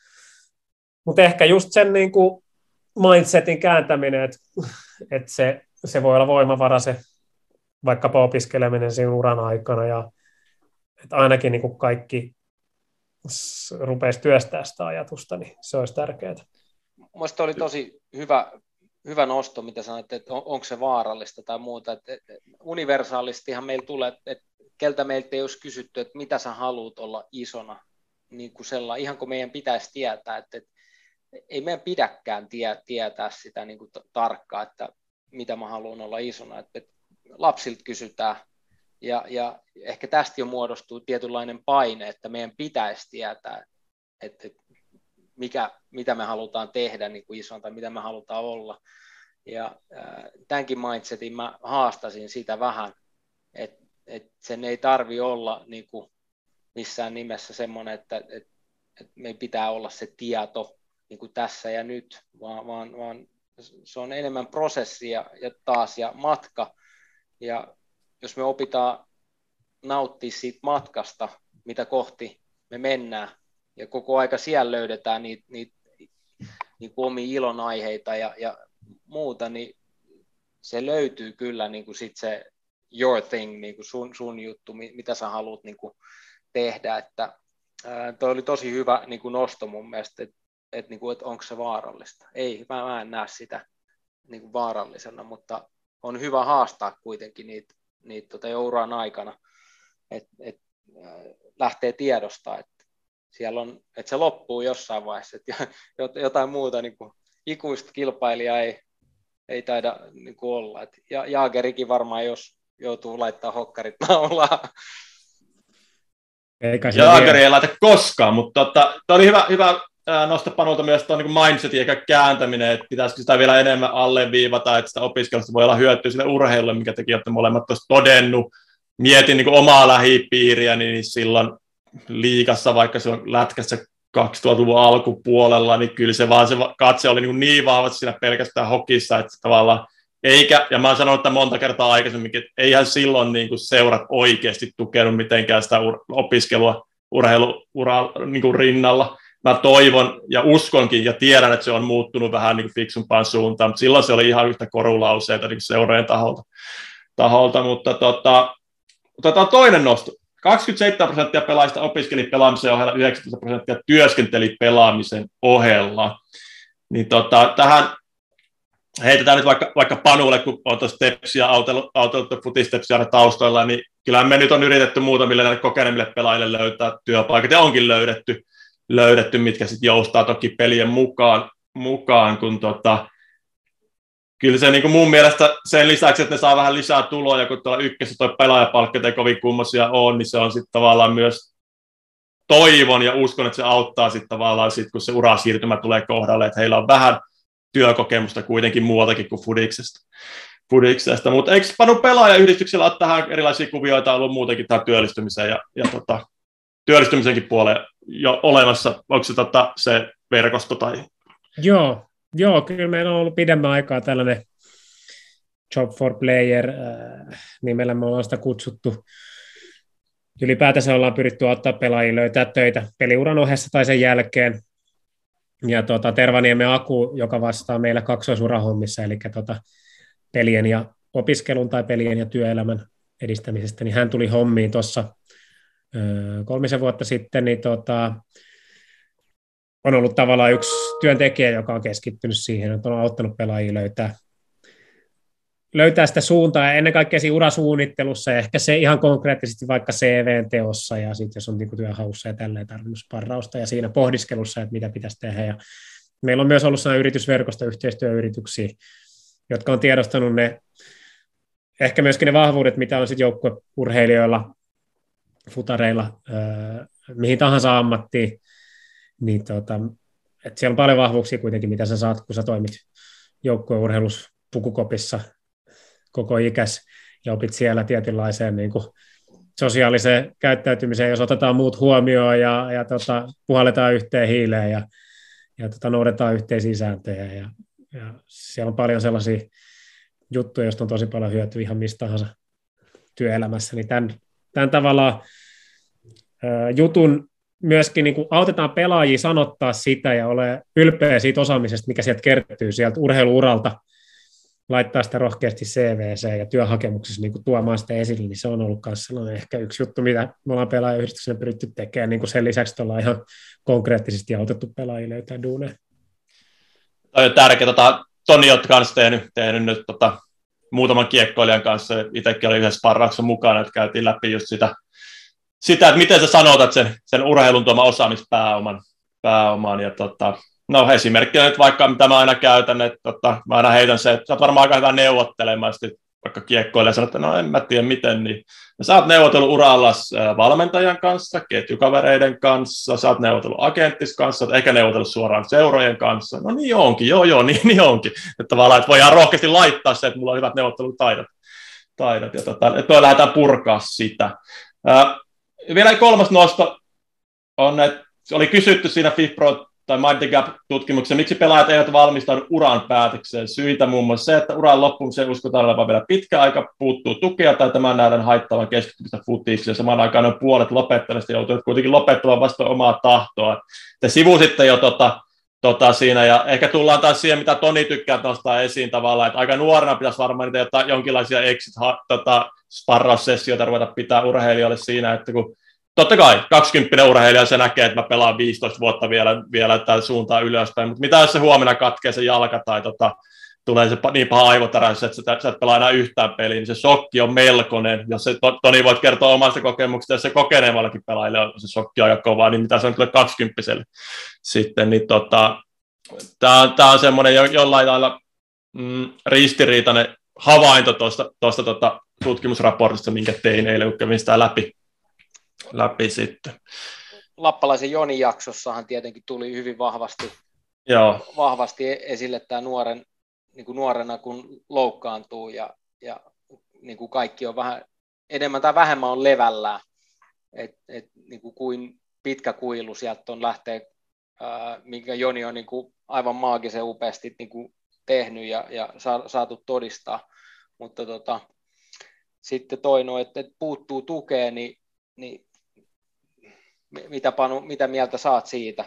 mutta ehkä just sen niin kuin mindsetin kääntäminen, että, että se, se voi olla voimavara se vaikkapa opiskeleminen siinä uran aikana ja että ainakin niin kuin kaikki rupeaisi työstää sitä ajatusta, niin se olisi tärkeää. Mielestäni oli tosi hyvä, hyvä nosto, mitä sanoit, että on, onko se vaarallista tai muuta. Että, että universaalistihan meillä tulee, että, että keltä meiltä ei olisi kysytty, että mitä sä haluat olla isona, niin kuin sellainen, ihan kuin meidän pitäisi tietää, että, että ei meidän pidäkään tie, tietää sitä niin kuin tarkkaan, että mitä mä haluan olla isona. Että, että lapsilta kysytään, ja, ja ehkä tästä jo muodostuu tietynlainen paine, että meidän pitäisi tietää, että, että mikä, mitä me halutaan tehdä niin kuin isona tai mitä me halutaan olla. Ja äh, tämänkin mindsetin mä haastasin sitä vähän, että, että sen ei tarvitse olla niin kuin missään nimessä semmoinen, että, että, että meidän pitää olla se tieto niin kuin tässä ja nyt, vaan, vaan, vaan se on enemmän prosessi ja, ja taas ja matka. Ja jos me opitaan nauttia siitä matkasta, mitä kohti me mennään, ja koko aika siellä löydetään niitä, niitä niin kuin omia ilonaiheita ja, ja muuta, niin se löytyy kyllä niin kuin sit se your thing, niin kuin sun, sun juttu, mitä sä haluat niin kuin tehdä. Että, ää, toi oli tosi hyvä niin kuin nosto mun mielestä, että et, niin kuin, et onko se vaarallista. Ei, mä, mä en näe sitä niin kuin vaarallisena, mutta on hyvä haastaa kuitenkin niitä, niitä tota, jo uran aikana, että et, lähtee tiedostaa, että siellä on, että se loppuu jossain vaiheessa, että jotain muuta niin kuin ikuista kilpailijaa ei, ei taida niin kuin olla. Et ja, Jaagerikin varmaan, jos joutuu laittaa hokkarit naulaa. Jaageri ei laita koskaan, mutta tota, tämä oli hyvä, hyvä nosto Panulta myös tuon niin mindsetin eikä kääntäminen, että pitäisikö sitä vielä enemmän alleviivata, että sitä opiskelusta voi olla hyötyä sille urheilulle, mikä teki, että molemmat olisivat todennut. Mietin niin omaa lähipiiriä, niin silloin liigassa, vaikka se on lätkässä kaksituhattaluvun alkupuolella, niin kyllä se vaan se katse oli niin, niin vahvasti siinä pelkästään hokissa, että tavallaan eikä, ja mä oon sanonut että monta kertaa aikaisemminkin, että eihän silloin niin kuin seurat oikeasti tukenut mitenkään sitä ur- opiskelua urheiluura niin kuin rinnalla. Mä toivon ja uskonkin ja tiedän, että se on muuttunut vähän niin kuin fiksumpaan suuntaan, mutta silloin se oli ihan yhtä korulauseita niin seurojen taholta, taholta mutta tota, otetaan toinen nosto. kaksikymmentäseitsemän prosenttia pelaajista opiskeli pelaamisen ohella, yhdeksäntoista prosenttia työskenteli pelaamisen ohella. Niin tota, tähän heitetään nyt vaikka, vaikka Panulle, kun on tuossa Stepsiä, autoiltu futistepsiä aina taustoilla, niin kyllähän me nyt on yritetty muutamille näille kokeneemmille pelaajille löytää työpaikat, ja onkin löydetty, löydetty mitkä sitten joustaa toki pelien mukaan, mukaan kun tota, kyllä se niin kuin mun mielestä sen lisäksi, että ne saa vähän lisää tuloja, kun tuolla ykkössä tuo pelaajapalkka ei kovin kummosia on, niin se on sitten tavallaan myös toivon ja uskon, että se auttaa sitten tavallaan sit, kun se urasiirtymä tulee kohdalle, että heillä on vähän työkokemusta kuitenkin muualtakin kuin fudiksesta. Fudiksesta, mutta eikö Panu pelaajayhdistyksellä ole tähän erilaisia kuvioita ollut muutenkin tähän työllistymiseen ja, ja tota, työllistymisenkin puoleen jo olemassa? Onko se tota, se verkosto tai... Joo, joo, kyllä meillä on ollut pidemmän aikaa tällainen Job for Player, äh, nimellä me ollaan sitä kutsuttu. Ylipäätänsä ollaan pyritty ottaa pelaajia löytää töitä peliuran ohessa tai sen jälkeen. Ja tuota, Tervaniemen Aku, joka vastaa meillä kaksoisurahommissa, eli tuota, pelien ja opiskelun tai pelien ja työelämän edistämisestä, niin hän tuli hommiin tuossa öö, kolmisen vuotta sitten, niin tuota, on ollut tavallaan yksi työntekijä, joka on keskittynyt siihen, että on auttanut pelaajia löytää, löytää sitä suuntaa, ja ennen kaikkea siinä urasuunnittelussa, ja ehkä se ihan konkreettisesti vaikka C V-teossa, ja sitten jos on niin kuin työnhaussa ja tälleen tarvinnut sparrausta, ja siinä pohdiskelussa, että mitä pitäisi tehdä. Ja meillä on myös ollut sellainen yritysverkosto, yhteistyöyrityksiä, jotka on tiedostanut ne, ehkä myöskin ne vahvuudet, mitä on sitten joukkueurheilijoilla, futareilla, öö, mihin tahansa ammattiin, niin tota, että siellä on paljon vahvuuksia kuitenkin, mitä sä saat, kun sä toimit joukkueurheilussa pukukopissa koko ikäs ja opit siellä tietynlaiseen niin kuin sosiaaliseen käyttäytymiseen, jos otetaan muut huomioon ja, ja tota, puhalletaan yhteen hiileen ja, ja tota, noudetaan yhteisiä sääntöjä. Ja, ja siellä on paljon sellaisia juttuja, joista on tosi paljon hyötyä ihan mistä tahansa työelämässä. Niin tämän, tämän tavalla ää, jutun myöskin niin kuin autetaan pelaajia sanottaa sitä ja ole ylpeä siitä osaamisesta, mikä sieltä kertyy sieltä urheiluuralta, laittaa sitä rohkeasti C V:seen ja työhakemuksessa niin kuin tuomaan sitä esille, niin se on ollut myös sellainen ehkä yksi juttu, mitä me ollaan pelaajayhdistyksenä pyritty tekemään, niin kuin sen lisäksi, että ollaan ihan konkreettisesti autettu pelaajia löytää duuneja. Toi on tärkeää. Tota, Toni on kanssa tehnyt, tehnyt nyt tota, muutaman kiekkoilijan kanssa, itsekin oli yhdessä sparrauksessa mukana, että käytiin läpi just sitä, sitä että miten sä sanotat sen, sen urheilun tuoman osaamispääoman pääoman, ja tota, no esimerkkinä nyt vaikka, mitä mä aina käytän, että tota, mä aina heitän se, että sä oot varmaan aika hyvä neuvottelemaan, sitten vaikka kiekkoille ja sanot, että no en mä tiedä miten, niin sä oot neuvotellut uralla valmentajan kanssa, ketjukavereiden kanssa, sä oot neuvotellut agenttis kanssa, oot ehkä neuvotellut suoraan seurojen kanssa, no niin onkin, joo joo, niin, niin onkin, että tavallaan, että voidaan rohkeasti laittaa se, että mulla on hyvät neuvottelutaidot, taidot, ja tota, että me lähdetään purkaa sitä. Ää, vielä kolmas nosto on, että oli kysytty siinä FIFPro tai Mind the Gap-tutkimuksessa, miksi pelaajat eivät valmistaudu uran päätökseen. Syitä muun muassa se, että uran loppumiseen uskotaan olevan vielä pitkä aika, puuttuu tukea tai tämän nähdään haittavan keskittymistä futiksi, ja samaan aikaan noin puolet lopettamista joutuvat kuitenkin lopettamaan vasta omaa tahtoa. Te sivusitte jo tota, tota siinä, ja ehkä tullaan taas siihen, mitä Toni tykkää nostaa esiin tavallaan, että aika nuorena pitäisi varmaan niitä jotain, jonkinlaisia exit-sparraussessioita ruveta pitää urheilijoille siinä, että kun totta kai, kaksikymppinen urheilija, se näkee, että mä pelaan viisitoista vuotta vielä, vielä tämän suuntaan ylöspäin, mutta mitä jos se huomenna katkee se jalka tai tota, tulee se niin paha aivotäräys, että sä, sä et pelaa enää yhtään peliä, niin se shokki on melkoinen. Jos se, Toni voit kertoa omasta kokemuksesta, jos se kokeneevallakin pelaajille on se shokki aika kovaa, niin mitä se on kyllä kaksikymppiselle sitten. Niin tota, tämä on, on semmoinen jo, jollain lailla mm, ristiriitainen havainto tuosta tota, tutkimusraportista, minkä tein eilen, kun kävin sitä läpi. läpi sitten. Lappalaisen Jonin jaksossahan tietenkin tuli hyvin vahvasti, Joo. vahvasti esille tämä nuoren, niin kuin nuorena kun loukkaantuu ja, ja niin kuin kaikki on vähän enemmän tai vähemmän on levällään, et, et, niin kuin kuin pitkä kuilu sieltä on lähteä, ää, minkä Joni on niin kuin aivan maagisen upeasti niin kuin tehnyt ja, ja saatu todistaa, mutta tota, sitten toinen, että, että puuttuu tukea, niin, niin Mitä, Panu, mitä mieltä saat siitä?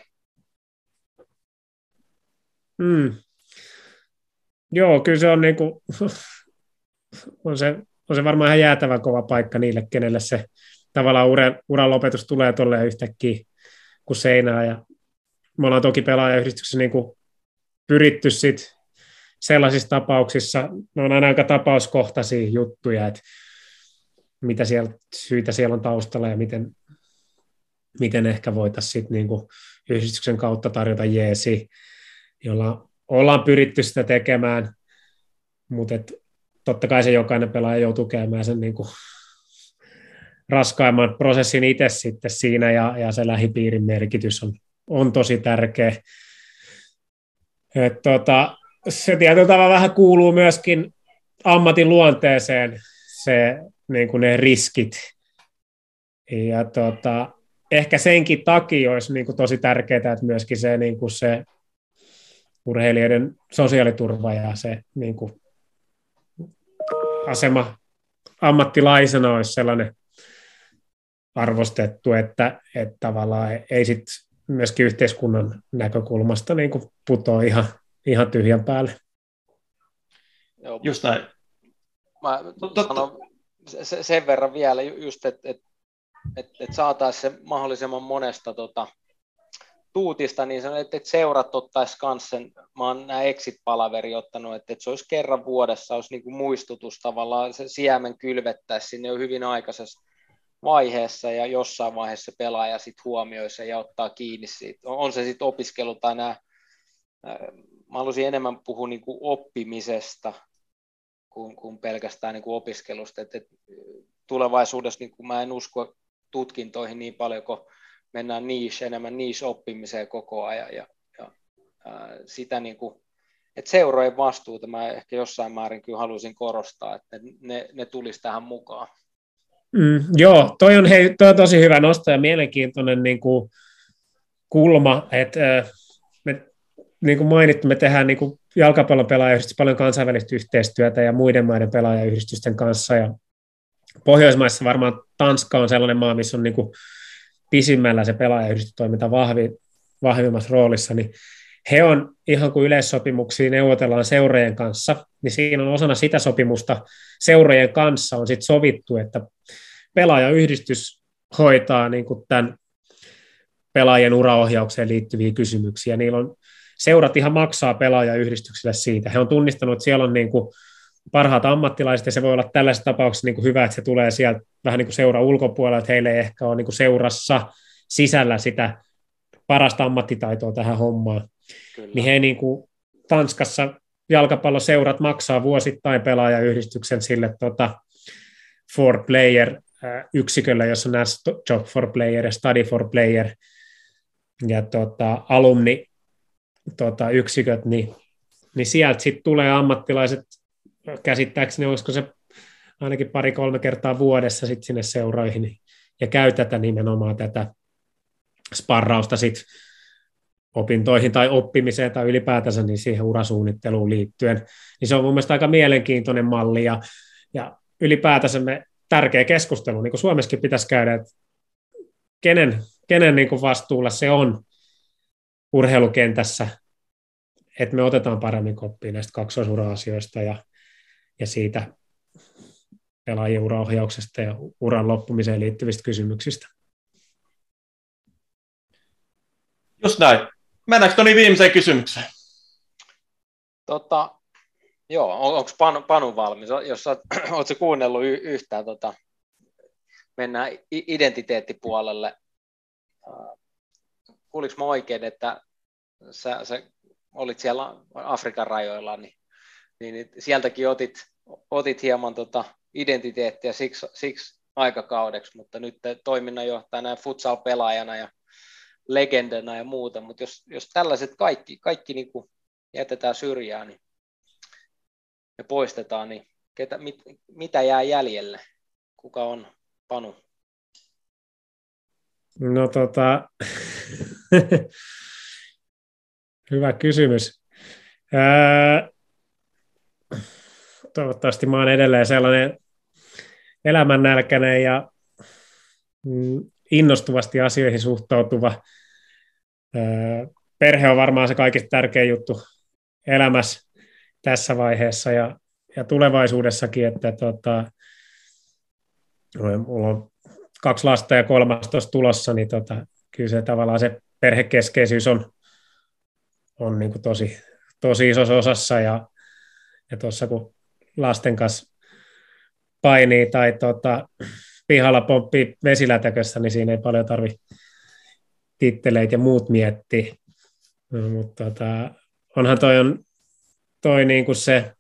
Mm. Joo, kyllä se on, niin kuin, on, se, on se varmaan ihan jäätävän kova paikka niille, kenelle se tavallaan uran, uran lopetus tulee tolleen yhtäkkiä kuin seinään. Ja me ollaan toki pelaajayhdistyksessä niin kuin pyritty sit sellaisissa tapauksissa, ne on aina aika tapauskohtaisia juttuja, että mitä siellä, syitä siellä on taustalla ja miten miten ehkä voitaisiin sitten niinku yhdistyksen kautta tarjota jeesi, jolla ollaan pyritty sitä tekemään, mutta totta kai se jokainen pelaaja joutuu käymään sen niinku raskaimman prosessin itse sitten siinä, ja, ja se lähipiirin merkitys on, on tosi tärkeä. Et tota, se tietyllä tavalla vähän kuuluu myöskin ammatin luonteeseen se, niin kuin ne riskit. Ja tota, ehkä senkin takia olisi niin kuin tosi tärkeää, että myöskin se, niin kuin se urheilijoiden sosiaaliturva ja se niin kuin asema ammattilaisena olisi sellainen arvostettu, että, että tavallaan ei sit myöskin yhteiskunnan näkökulmasta niin kuin putoa ihan, ihan tyhjän päälle. Joo. Just näin. Mä sanon sen verran vielä just, että et, et, et saataisiin se mahdollisimman monesta tota, tuutista, niin sanon, että et seurat ottaisi myös sen, mä oon nämä exit-palaveri ottanut, että et se olisi kerran vuodessa, olisi niinku muistutus tavallaan, se siemen kylvettäisiin sinne jo hyvin aikaisessa vaiheessa ja jossain vaiheessa pelaaja sitten huomioisi ja ottaa kiinni siitä. On se sitten opiskelu tai nämä, mä haluaisin enemmän puhua niinku oppimisesta kuin, kuin pelkästään niinku opiskelusta, että et tulevaisuudessa niinku mä en usko tutkintoihin niin paljon, kun mennään niche, enemmän niche-oppimiseen koko ajan ja, ja ää, sitä niinku, että seurojen vastuuta mä ehkä jossain määrin kyllä haluaisin korostaa, että ne, ne tulisi tähän mukaan. Mm, joo, toi on, hei, toi on tosi hyvä nosto ja mielenkiintoinen niin kuin kulma, että äh, me, niin kuin mainittu, me tehdään niin kuin jalkapallon pelaajayhdistys paljon kansainvälistä yhteistyötä ja muiden maiden pelaajayhdistysten kanssa ja Pohjoismaissa varmaan Tanska on sellainen maa, missä on niin kuin pisimmällä se pelaajayhdistystoiminta vahvi, vahvimmassa roolissa, niin he on ihan kuin yleissopimuksia neuvotellaan seurojen kanssa, niin siinä on osana sitä sopimusta seurojen kanssa on sitten sovittu, että pelaajayhdistys hoitaa niin kuin tämän pelaajien uraohjaukseen liittyviä kysymyksiä. Niillä on seurat ihan maksaa pelaajayhdistyksille siitä. He on tunnistanut, että siellä on niin kuin parhaat ammattilaiset, ja se voi olla tällaisessa tapauksessa niin kuin hyvä, että se tulee sieltä vähän niin kuin seura ulkopuolella, että heille ei ehkä ole niin kuin seurassa sisällä sitä parasta ammattitaitoa tähän hommaan. Kyllä. Niin he niin kuin Tanskassa jalkapalloseurat maksaa vuosittain pelaajayhdistyksen sille tota, for player yksiköllä, jossa on nämä job for player ja study for player ja tota, alumni tota, yksiköt, niin, niin sieltä sitten tulee ammattilaiset, käsittääkseni olisiko se ainakin pari-kolme kertaa vuodessa sit sinne seuroihin ja käy tätä nimenomaan tätä sparrausta sitten opintoihin tai oppimiseen tai ylipäätänsä niin siihen urasuunnitteluun liittyen, niin se on mun mielestä aika mielenkiintoinen malli ja, ja ylipäätänsä me tärkeä keskustelu, niin kuin Suomessakin pitäisi käydä, että kenen, kenen niin kuin vastuulla se on urheilukentässä, että me otetaan paremmin koppia näistä kaksoisura-asioista ja, ja siitä pelaajien uraohjauksesta ja uran loppumiseen liittyvistä kysymyksistä. Just näin. Mennäänkö Toni viimeiseen kysymykseen? Tota, joo, on, onko Panu, Panu valmis? Jos oletko kuunnellut y- yhtään, tota, mennään identiteettipuolelle. Kuuliko mä oikein, että sä, sä olit siellä Afrikan rajoilla, niin, niin sieltäkin otit, otit hieman tota identiteettiä siksi, siksi aikakaudeksi, mutta nyt toiminnanjohtajana ja futsal-pelaajana ja legendana ja muuta, mutta jos, jos tällaiset kaikki, kaikki niin kuin jätetään syrjään niin, ja poistetaan, niin ketä, mit, mitä jää jäljelle? Kuka on Panu? No tota, hyvä kysymys. Ää, toivottavasti mä oon edelleen sellainen elämännälkäinen ja mm, innostuvasti asioihin suhtautuva. Perhe on varmaan se kaikista tärkein juttu elämässä tässä vaiheessa ja, ja tulevaisuudessakin, että tota, mulla on kaksi lasta ja kolmas tuossa tulossa, niin tota, kyllä se tavallaan se perhekeskeisyys on, on niin kuin tosi, tosi isossa osassa ja, ja tuossa kun lasten kanssa painii tai tota, pihalla pomppii vesilätäkössä, niin siinä ei paljon tarvitse titteleitä ja muut miettiä. No, mutta tota, onhan toi, on, toi niin kuin se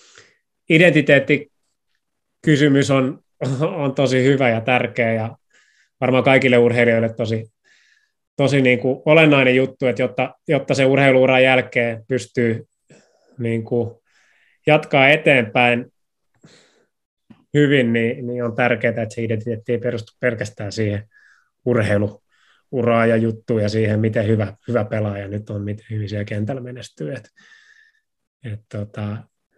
identiteettikysymys on, on tosi hyvä ja tärkeä ja varmaan kaikille urheilijoille tosi, tosi niin kuin olennainen juttu, että jotta, jotta se urheiluuran jälkeen pystyy niin kuin jatkaa eteenpäin hyvin, niin, niin on tärkeää, että se identiteetti ei perustu pelkästään siihen urheiluuraan ja juttuun ja siihen, miten hyvä, hyvä pelaaja nyt on, miten hyvin siellä kentällä menestyy. Et, et tota,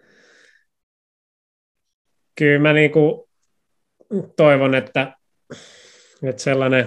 kyllä mä niinku toivon, että, että sellainen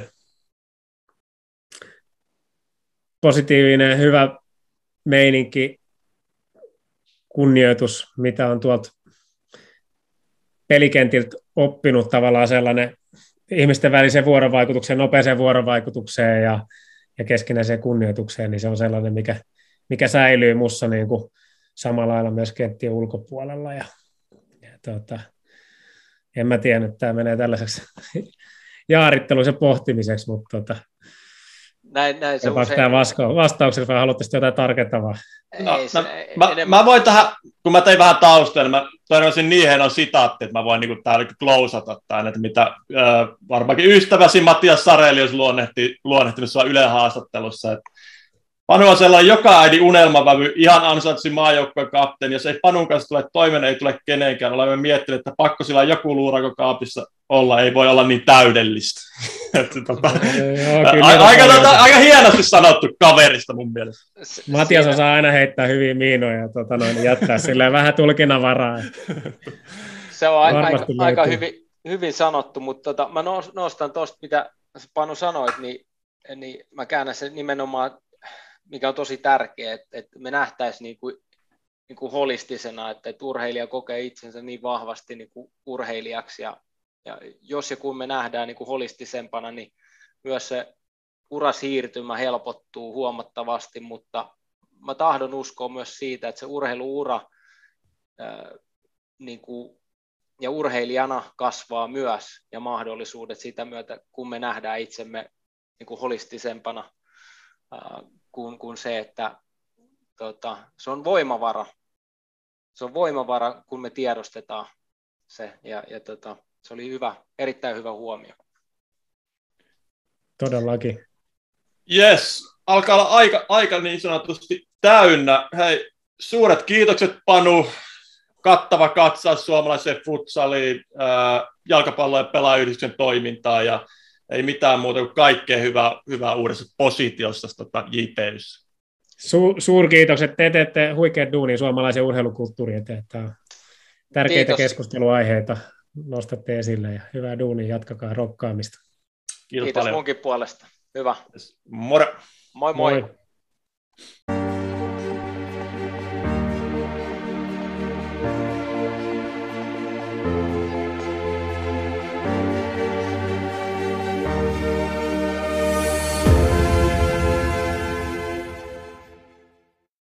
positiivinen, hyvä meininki, kunnioitus, mitä on tuolta pelikentiltä oppinut, tavallaan sellainen ihmisten välisen vuorovaikutukseen, nopeeseen vuorovaikutukseen ja, ja keskinäiseen kunnioitukseen, niin se on sellainen, mikä, mikä säilyy mussa niin kuin samalla lailla myös kenttien ulkopuolella. Ja, ja tuota, en mä tiedä, että tämä menee tällaiseksi jaaritteluisen pohtimiseksi, mutta tuota, näin, näin se usein... tämä vasta- vastauksessa vai haluaisitte jotain tarkentavaa? No, no, mä, mä voin tähän, kun mä tein vähän taustaa, niin mä toivoisin niin hieno sitaatti, että mä voin niin täällä klousata tämän, että mitä äh, varmaankin ystäväsi Matias Sareli olisi luonnehti, luonnehtinut sua Ylen haastattelussa, että Panu on sellainen joka äidin unelmavävy, ihan ansaitsi maajoukkueen kapteeni, jos ei Panun kanssa tule toimeen, ei tule kenenkään. Olemme miettineet, että pakko sillä joku luurako kaapissa olla, ei voi olla niin täydellistä. tota, Joo, aika, tota, aika hienosti sanottu kaverista mun mielestä. Matias osaa aina heittää hyviä miinoja ja tota noin, jättää silleen vähän tulkinnanvaraa. Se on aika, aika, aika hyvin, hyvin sanottu, mutta tota, mä nostan tuosta, mitä Panu sanoit, niin, niin mä käännän sen nimenomaan, mikä on tosi tärkeää, että, että me nähtäisiin niin kuin, niin kuin holistisena, että, että urheilija kokee itsensä niin vahvasti niin kuin urheilijaksi, ja, ja jos ja kun me nähdään niin kuin holistisempana, niin myös se urasiirtymä helpottuu huomattavasti, mutta mä tahdon uskoa myös siitä, että se urheiluura ää, niin kuin, ja urheilijana kasvaa myös, ja mahdollisuudet sitä myötä, kun me nähdään itsemme niin kuin holistisempana, ää, Kuin, kuin se, että tota, se on voimavara. Se on voimavara, kun me tiedostetaan se, ja, ja tota, se oli hyvä, erittäin hyvä huomio. Todellakin. Yes, alkaa olla aika, aika niin sanotusti täynnä. Hei, suuret kiitokset Panu, kattava katsaus suomalaiseen futsaliin, äh, jalkapallo- ja pelaajayhdistyksen toimintaan, ja ei mitään muuta kuin kaikkea hyvää, hyvää uudessa positiossa tota J P Y:ssä. Su, suurkiitokset. Te teette huikeat duunia suomalaisen urheilukulttuurin eteen. Tämä on tärkeitä Kiitos. Keskusteluaiheita nostatte esille ja hyvää duunia. Jatkakaa rokkaamista. Kiitos, Kiitos munkin puolesta. Hyvä. Moro. Moi moi. moi.